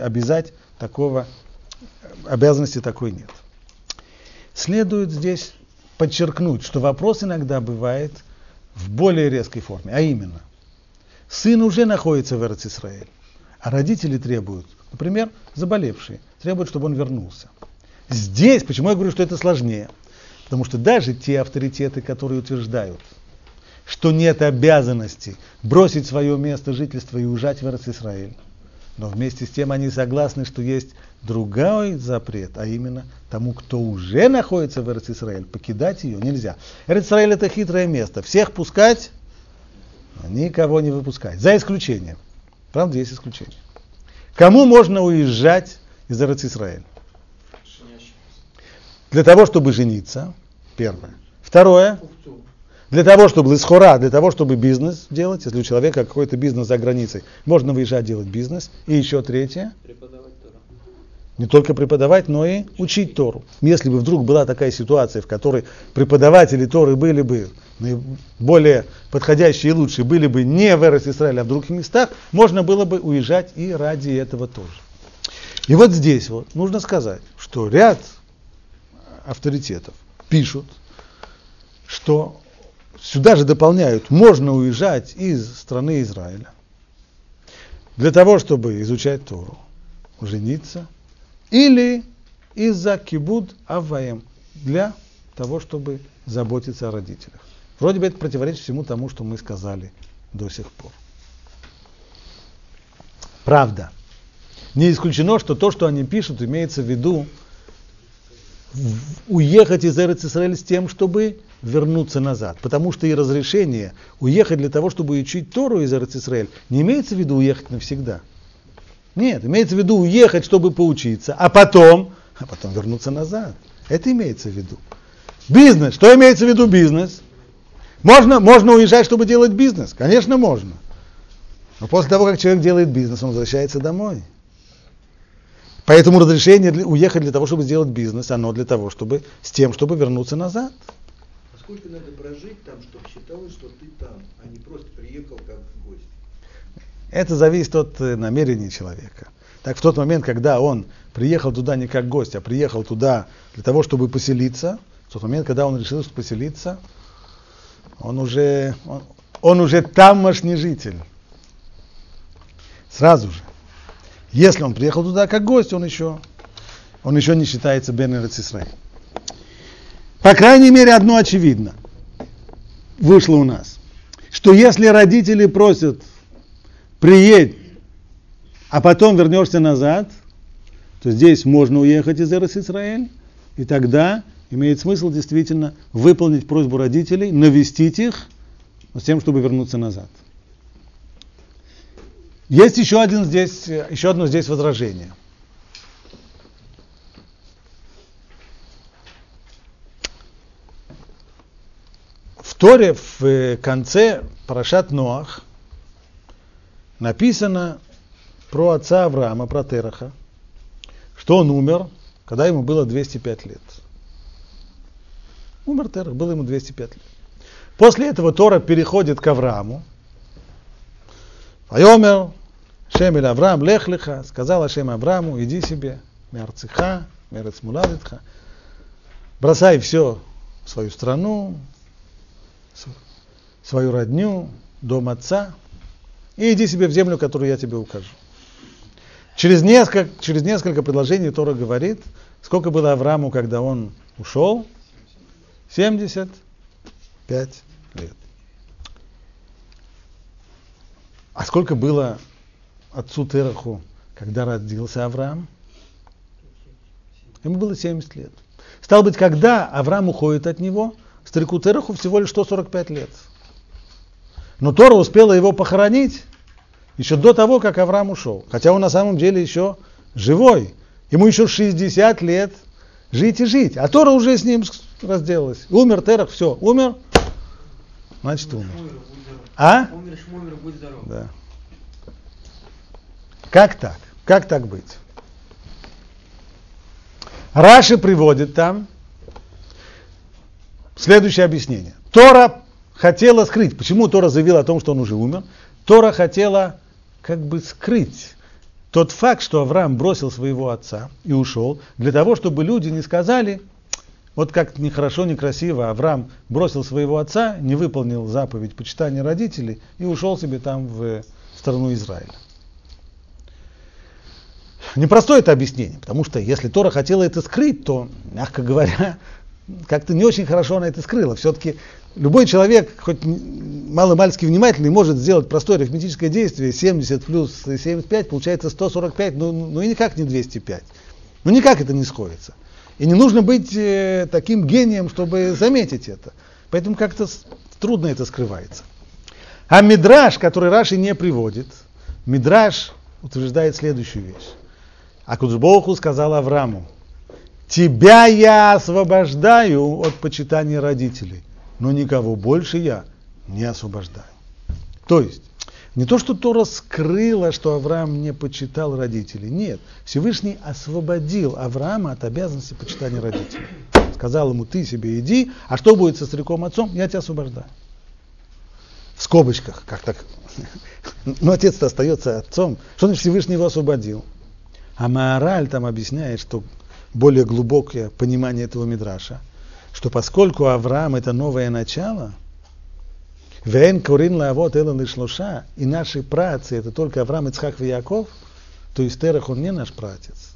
нет. Следует здесь подчеркнуть, что вопрос иногда бывает в более резкой форме, а именно, сын уже находится в Эрец-Исраэль, а родители требуют, например, заболевшие, требуют, чтобы он вернулся. Здесь, почему я говорю, что это сложнее? Потому что даже те авторитеты, которые утверждают, что нет обязанности бросить свое место жительства и уезжать в Эрец-Исраэль, но вместе с тем они согласны, что есть другой запрет, а именно тому, кто уже находится в Эрец-Исраэль, покидать ее нельзя. Эрец-Исраэль — это хитрое место. Всех пускать, а никого не выпускать. За исключением. Правда, есть исключение. Кому можно уезжать из Эрец-Исраэль? Для того, чтобы жениться. Первое. Второе. Для того, чтобы лисхора, для того, чтобы бизнес делать, если у человека какой-то бизнес за границей, можно выезжать делать бизнес. И еще третье. Преподавать Тору. Не только преподавать, но и учить Тору. Если бы вдруг была такая ситуация, в которой преподаватели Торы были бы более подходящие и лучшие, были бы не в Эрец-Исраэле, а в других местах, можно было бы уезжать и ради этого тоже. И вот здесь вот нужно сказать, что ряд авторитетов пишут, что сюда же дополняют, можно уезжать из страны Израиля для того, чтобы изучать Тору, жениться, или из-за кибуд авваем, для того, чтобы заботиться о родителях. Вроде бы это противоречит всему тому, что мы сказали до сих пор. Правда. Не исключено, что то, что они пишут, имеется в виду уехать из Эрец-Исраэль с тем, чтобы вернуться назад. Потому что и разрешение уехать для того, чтобы учить Тору из Эрец-Исраэль, не имеется в виду уехать навсегда. Нет, имеется в виду уехать, чтобы поучиться, а потом вернуться назад. Это имеется в виду. Бизнес. Что имеется в виду бизнес? Можно уезжать, чтобы делать бизнес? Конечно, можно. Но после того, как человек делает бизнес, он возвращается домой. Поэтому разрешение уехать для того, чтобы сделать бизнес, оно для того, чтобы вернуться назад. А сколько надо прожить там, чтобы считалось, что ты там, а не просто приехал как в гости? Это зависит от намерений человека. Так в тот момент, когда он приехал туда не как гость, а приехал туда для того, чтобы поселиться, в тот момент, когда он решил поселиться, он уже тамошний житель. Сразу же. Если он приехал туда как гость, он еще не считается бен Эрец-Исраэль. По крайней мере, одно очевидно. Вышло у нас. Что если родители просят приедь, а потом вернешься назад, то здесь можно уехать из Эрец-Исраэль, и тогда имеет смысл действительно выполнить просьбу родителей, навестить их, с тем, чтобы вернуться назад. Есть еще одно здесь возражение. В Торе в конце Парашат Ноах написано про отца Авраама, про Тераха, что он умер, когда ему было 205 лет. Умер Терах, было ему 205 лет. После этого Тора переходит к Аврааму. Вайомер Шем эль Авраам лех леха, сказал Ашем Аврааму, иди себе, меарцеха, мерец муладетха, бросай все, свою страну, свою родню, дом отца, и иди себе в землю, которую я тебе укажу. Через несколько предложений Тора говорит, сколько было Аврааму, когда он ушел? 75 лет. А сколько было отцу Тераху, когда родился Авраам? Ему было 70 лет. Стало быть, когда Авраам уходит от него, старику Тераху всего лишь 145 лет. Но Тора успела его похоронить еще до того, как Авраам ушел. Хотя он на самом деле еще живой. Ему еще 60 лет жить и жить. А Тора уже с ним разделалась. Умер Терах, все, умер, значит умер. А? Умер Шмумер, будь здоров. Да. Как так? Как так быть? Раши приводит там следующее объяснение. Тора хотела скрыть. Почему Тора заявила о том, что он уже умер? Тора хотела как бы скрыть тот факт, что Авраам бросил своего отца и ушел, для того, чтобы люди не сказали, Вот как нехорошо, некрасиво Авраам бросил своего отца, не выполнил заповедь почитания родителей и ушел себе там в страну Израиля. Непростое это объяснение, потому что если Тора хотела это скрыть, то, мягко говоря, как-то не очень хорошо она это скрыла. Все-таки любой человек, хоть маломальски внимательный, может сделать простое арифметическое действие, 70 плюс 75, получается 145, ну и никак не 205. Ну никак это не сходится. И не нужно быть таким гением, чтобы заметить это. Поэтому как-то трудно это скрывается. А Мидраш, который Раши не приводит, Мидраш утверждает следующую вещь. Акодыш Борух Ху сказал Аврааму: тебя я освобождаю от почитания родителей, но никого больше я не освобождаю. То есть, не то, что Тора скрыла, что Авраам не почитал родителей. Нет, Всевышний освободил Авраама от обязанности почитания родителей. Сказал ему: ты себе иди, а что будет со стариком отцом, я тебя освобождаю. В скобочках, как так? Но отец-то остается отцом. Что значит Всевышний его освободил? А Маораль там объясняет, что более глубокое понимание этого мидраша, что поскольку Авраам это новое начало, вен корин лавот элен лишлоша, и наши праотцы это только Авраам, Ицхак и Яков, то есть Терах он не наш праотец,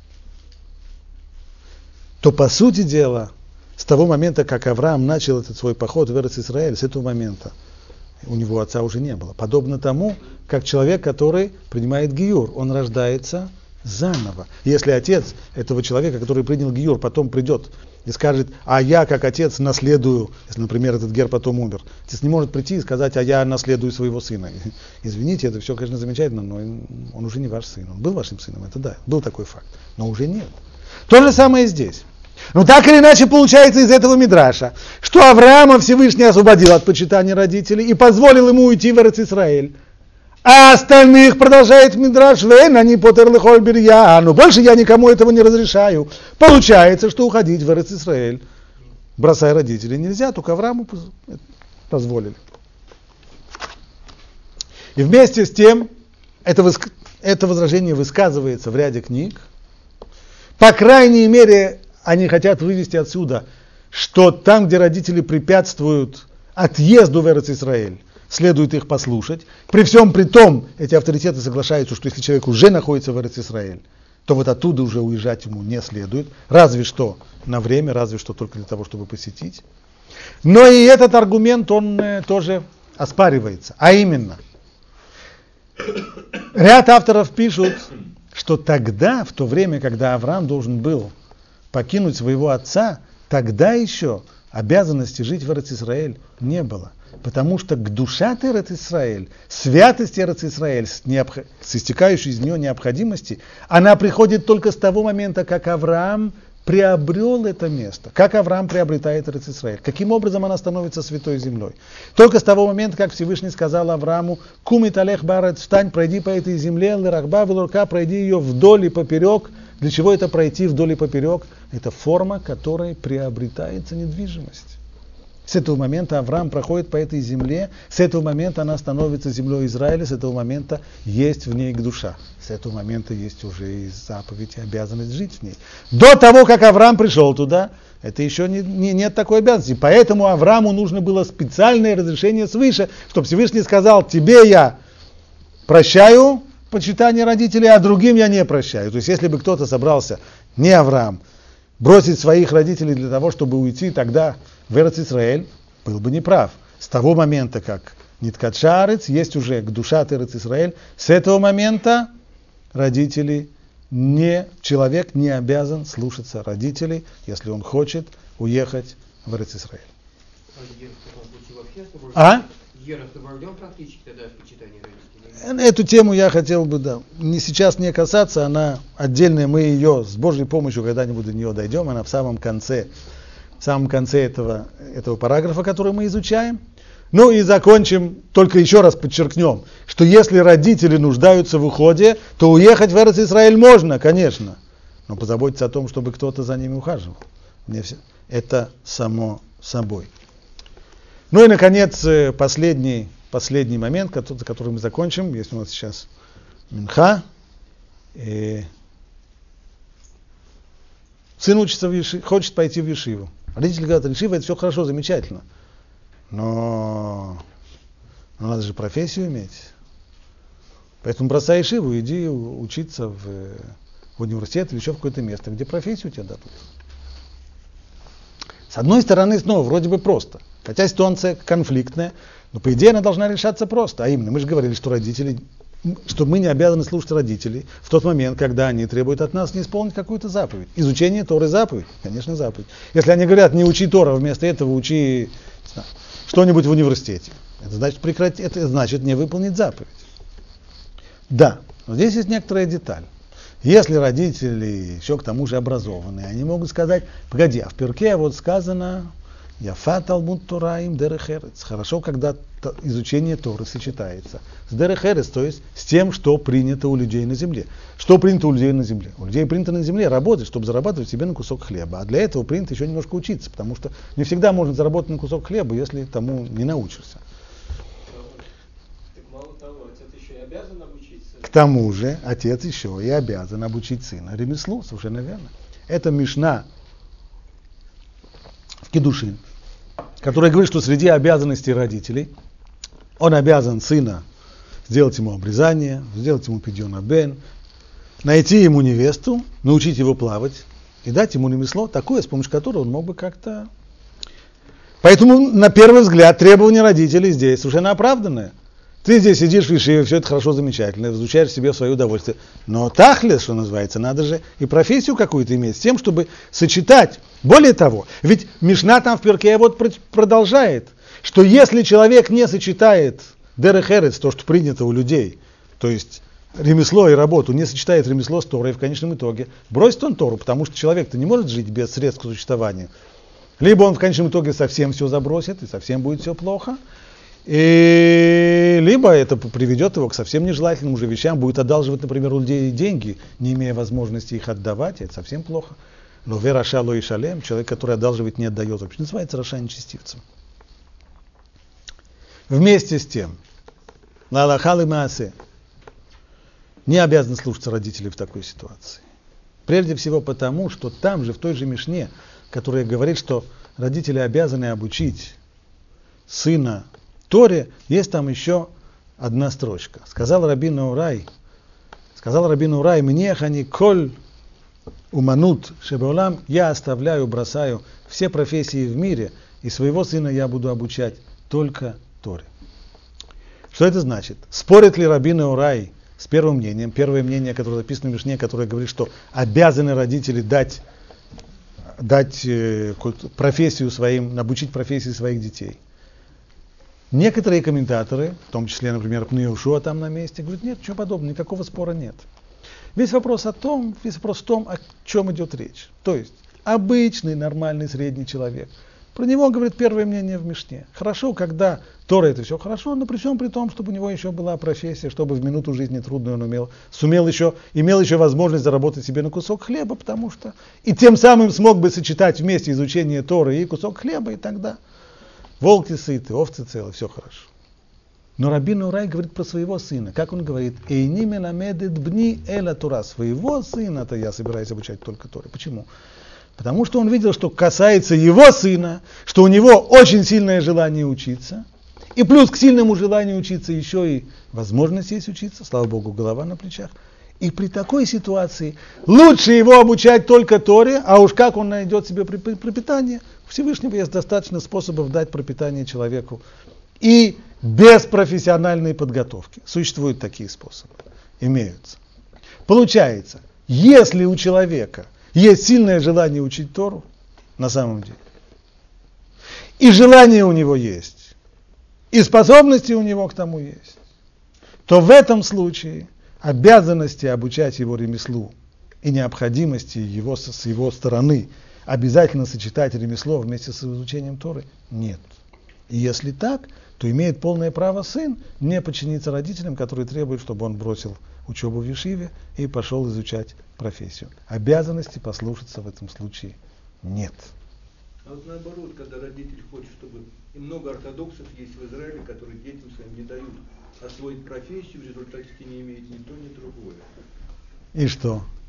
то по сути дела, с того момента, как Авраам начал этот свой поход в Эрец-Исраэль, с этого момента у него отца уже не было. Подобно тому, как человек, который принимает гиюр, он рождается заново. Если отец этого человека, который принял гиюр, потом придет и скажет: а я как отец наследую, если, например, этот гер потом умер, отец не может прийти и сказать: а я наследую своего сына. Извините, это все, конечно, замечательно, но он уже не ваш сын. Он был вашим сыном, это да, был такой факт, но уже нет. То же самое и здесь. Но так или иначе получается из этого мидраша, что Авраама Всевышний освободил от почитания родителей и позволил ему уйти в Эрец-Исраэль. А остальных, продолжает мидраш, вен, они потерлихоль бирья, но больше я никому этого не разрешаю. Получается, что уходить в Эрец-Исраэль, бросая родителей, нельзя, только Аврааму позволили. И вместе с тем, это возражение высказывается в ряде книг. По крайней мере, они хотят вывести отсюда, что там, где родители препятствуют отъезду в Эрец-Исраэль, следует их послушать. При всем при том, эти авторитеты соглашаются, что если человек уже находится в Эрец-Исраэль, то вот оттуда уже уезжать ему не следует, разве что на время, разве что только для того, чтобы посетить. Но и этот аргумент, он тоже оспаривается. А именно, ряд авторов пишут, что тогда, в то время, когда Авраам должен был покинуть своего отца, тогда еще обязанности жить в Эрец-Исраэль не было. Потому что к душа Эрец-Исраэль, святость Эрец-Исраэль, с истекающей из нее необходимости, она приходит только с того момента, как Авраам приобрел это место. Как Авраам приобретает Эрец-Исраэль. Каким образом она становится святой землей. Только с того момента, как Всевышний сказал Аврааму: «Кум италех барет, встань, пройди по этой земле, лерахба велурка, пройди ее вдоль и поперек». Для чего это пройти вдоль и поперек? Это форма, которой приобретается недвижимость. С этого момента Авраам проходит по этой земле, с этого момента она становится землей Израиля, с этого момента есть в ней душа. С этого момента есть уже и заповедь, и обязанность жить в ней. До того, как Авраам пришел туда, это еще нет такой обязанности. Поэтому Аврааму нужно было специальное разрешение свыше, чтобы Всевышний сказал: тебе я прощаю почитание родителей, а другим я не прощаю. То есть, если бы кто-то собрался, не Авраам, бросить своих родителей для того, чтобы уйти тогда в Эрец-Исраэль, был бы неправ. С того момента, как Ниткат Шаарец, есть уже к душа Эрец-Исраэль, с этого момента родители человек не обязан слушаться родителей, если он хочет уехать в Эрец-Исраэль. Гер освобожден практически тогда от почитания родителей? Эту тему я хотел бы, сейчас не касаться, она отдельная, мы ее с Божьей помощью когда-нибудь до нее дойдем, она в самом конце этого параграфа, который мы изучаем. Ну и закончим, только еще раз подчеркнем, что если родители нуждаются в уходе, то уехать в Эрец-Исраэль можно, конечно, но позаботиться о том, чтобы кто-то за ними ухаживал. Это само собой. Ну и, наконец, последний момент, за который мы закончим, если у нас сейчас минха. Сын учится хочет пойти в ешиву. Родители говорят, решива, это все хорошо, замечательно. Но надо же профессию иметь. Поэтому бросай ешиву, иди учиться в университет или еще в какое-то место, где профессию тебе дадут. С одной стороны, снова, вроде бы просто. Хотя ситуация конфликтная, но по идее она должна решаться просто. А именно, мы же говорили, что мы не обязаны слушать родителей в тот момент, когда они требуют от нас не исполнить какую-то заповедь. Изучение Торы заповедь, конечно, заповедь. Если они говорят, не учи Тора, вместо этого учи что-нибудь в университете, это значит не выполнить заповедь. Да, но здесь есть некоторая деталь. Если родители еще к тому же образованные, они могут сказать, погоди, а в Перке вот сказано, Яфа Талмуд Тора им дерех эрец. Хорошо, когда изучение Торы сочетается с дерех эрец, то есть с тем, что принято у людей на земле. Что принято у людей на земле? У людей принято на земле работать, чтобы зарабатывать себе на кусок хлеба. А для этого принято еще немножко учиться, потому что не всегда можно заработать на кусок хлеба, если тому не научишься. Так мало того, отец еще и обязан обучить сына. К тому же отец еще и обязан обучить сына ремеслу, совершенно верно. Это Мишна в Кидушин, которая говорит, что среди обязанностей родителей он обязан сына сделать ему обрезание, сделать ему пидьон абен, найти ему невесту, научить его плавать и дать ему ремесло такое, с помощью которого он мог бы как-то... Поэтому, на первый взгляд, требования родителей здесь совершенно оправданные. Ты здесь сидишь в ешиве, все это хорошо, замечательно, изучаешь себе в свое удовольствие. Но тахлес, что называется, надо же и профессию какую-то иметь, с тем, чтобы сочетать. Более того, ведь Мишна там в Перке вот продолжает, что если человек не сочетает дерех эрец, то, что принято у людей, то есть ремесло и работу, не сочетает ремесло с Торой, в конечном итоге бросит он Тору, потому что человек-то не может жить без средств к существованию. Либо он в конечном итоге совсем все забросит, и совсем будет все плохо, и либо это приведет его к совсем нежелательным уже вещам, будет одалживать, например, у людей деньги, не имея возможности их отдавать, это совсем плохо. Но вера шало и шалем, человек, который одалживает, не отдает, вообще называется раша нечестивцем. Вместе с тем, лалахал и маасе, не обязан слушаться родителей в такой ситуации. Прежде всего потому, что там же, в той же Мишне, которая говорит, что родители обязаны обучить сына Торе, есть там еще одна строчка. Сказал Рабину Урай, мне хани коль уманут шебеолам, я оставляю, бросаю все профессии в мире, и своего сына я буду обучать только Торе. Что это значит? Спорит ли Рабину Урай с первым мнением? Первое мнение, которое записано в Мишне, которое говорит, что обязаны родители дать профессию своим, обучить профессии своих детей. Некоторые комментаторы, в том числе, например, Пней Йеошуа там на месте, говорят, нет, ничего подобного, никакого спора нет. Весь вопрос в том, о чем идет речь. То есть, обычный, нормальный, средний человек. Про него говорит первое мнение в Мишне. Хорошо, когда Тора это все хорошо, но при всем при том, чтобы у него еще была профессия, чтобы в минуту жизни трудную он имел еще возможность заработать себе на кусок хлеба, потому что и тем самым смог бы сочетать вместе изучение Торы и кусок хлеба, и тогда волки сыты, овцы целы, все хорошо. Но Рабину Урай говорит про своего сына. Как он говорит? «Эйни меламедет бни эла Тора». Своего сына-то я собираюсь обучать только Торе. Почему? Потому что он видел, что касается его сына, что у него очень сильное желание учиться, и плюс к сильному желанию учиться еще и возможность есть учиться, слава Богу, голова на плечах. И при такой ситуации лучше его обучать только Торе, а уж как он найдет себе пропитание, у Всевышнего есть достаточно способов дать пропитание человеку и без профессиональной подготовки. Существуют такие способы, имеются. Получается, если у человека есть сильное желание учить Тору, на самом деле, и желание у него есть, и способности у него к тому есть, то в этом случае обязанности обучать его ремеслу и необходимости с его стороны обязательно сочетать ремесло вместе с изучением Торы нет. И если так, то имеет полное право сын не подчиниться родителям, которые требуют, чтобы он бросил учебу в ешиве и пошел изучать профессию. Обязанности послушаться в этом случае нет. А вот наоборот, когда родитель хочет, чтобы... И много ортодоксов есть в Израиле, которые детям своим не дают освоить профессию, в результате не имеет ни то, ни другое. И что?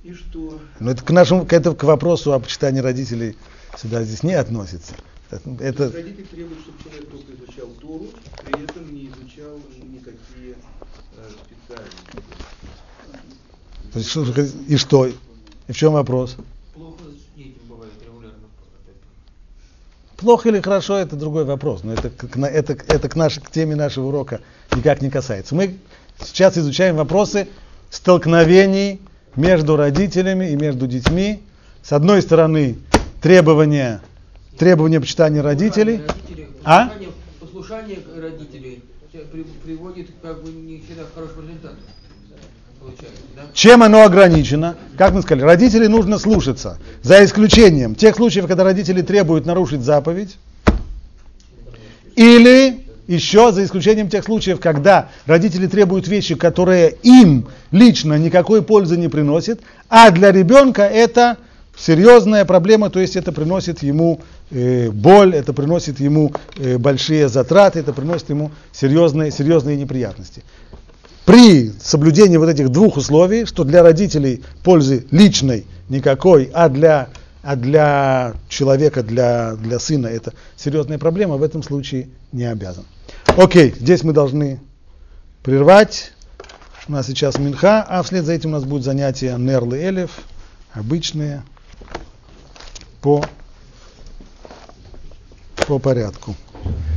И что? Но это к вопросу о почитании родителей сюда здесь не относится. Это... Родитель требует, чтобы человек только изучал Тору, при этом не изучал никакие специальности. То есть, и что? И в чем вопрос? Плохо с детям бывает регулярно. Плохо или хорошо, это другой вопрос. Но это к теме нашего урока никак не касается. Мы сейчас изучаем вопросы столкновений между родителями и между детьми. С одной стороны, требования почитания родителей. Послушание родителей приводит как бы не всегда к хорошему результату. Да? Чем оно ограничено? Как мы сказали, родителей нужно слушаться, за исключением тех случаев, когда родители требуют нарушить заповедь, или еще за исключением тех случаев, когда родители требуют вещи, которые им лично никакой пользы не приносят, а для ребенка это серьезная проблема, то есть это приносит ему боль, это приносит ему большие затраты, это приносит ему серьезные неприятности. При соблюдении вот этих двух условий, что для родителей пользы личной никакой, а для человека, для сына это серьезная проблема, в этом случае не обязан. Окей, здесь мы должны прервать. У нас сейчас минха, а вслед за этим у нас будет занятие Нерль и Элев, обычные, по порядку.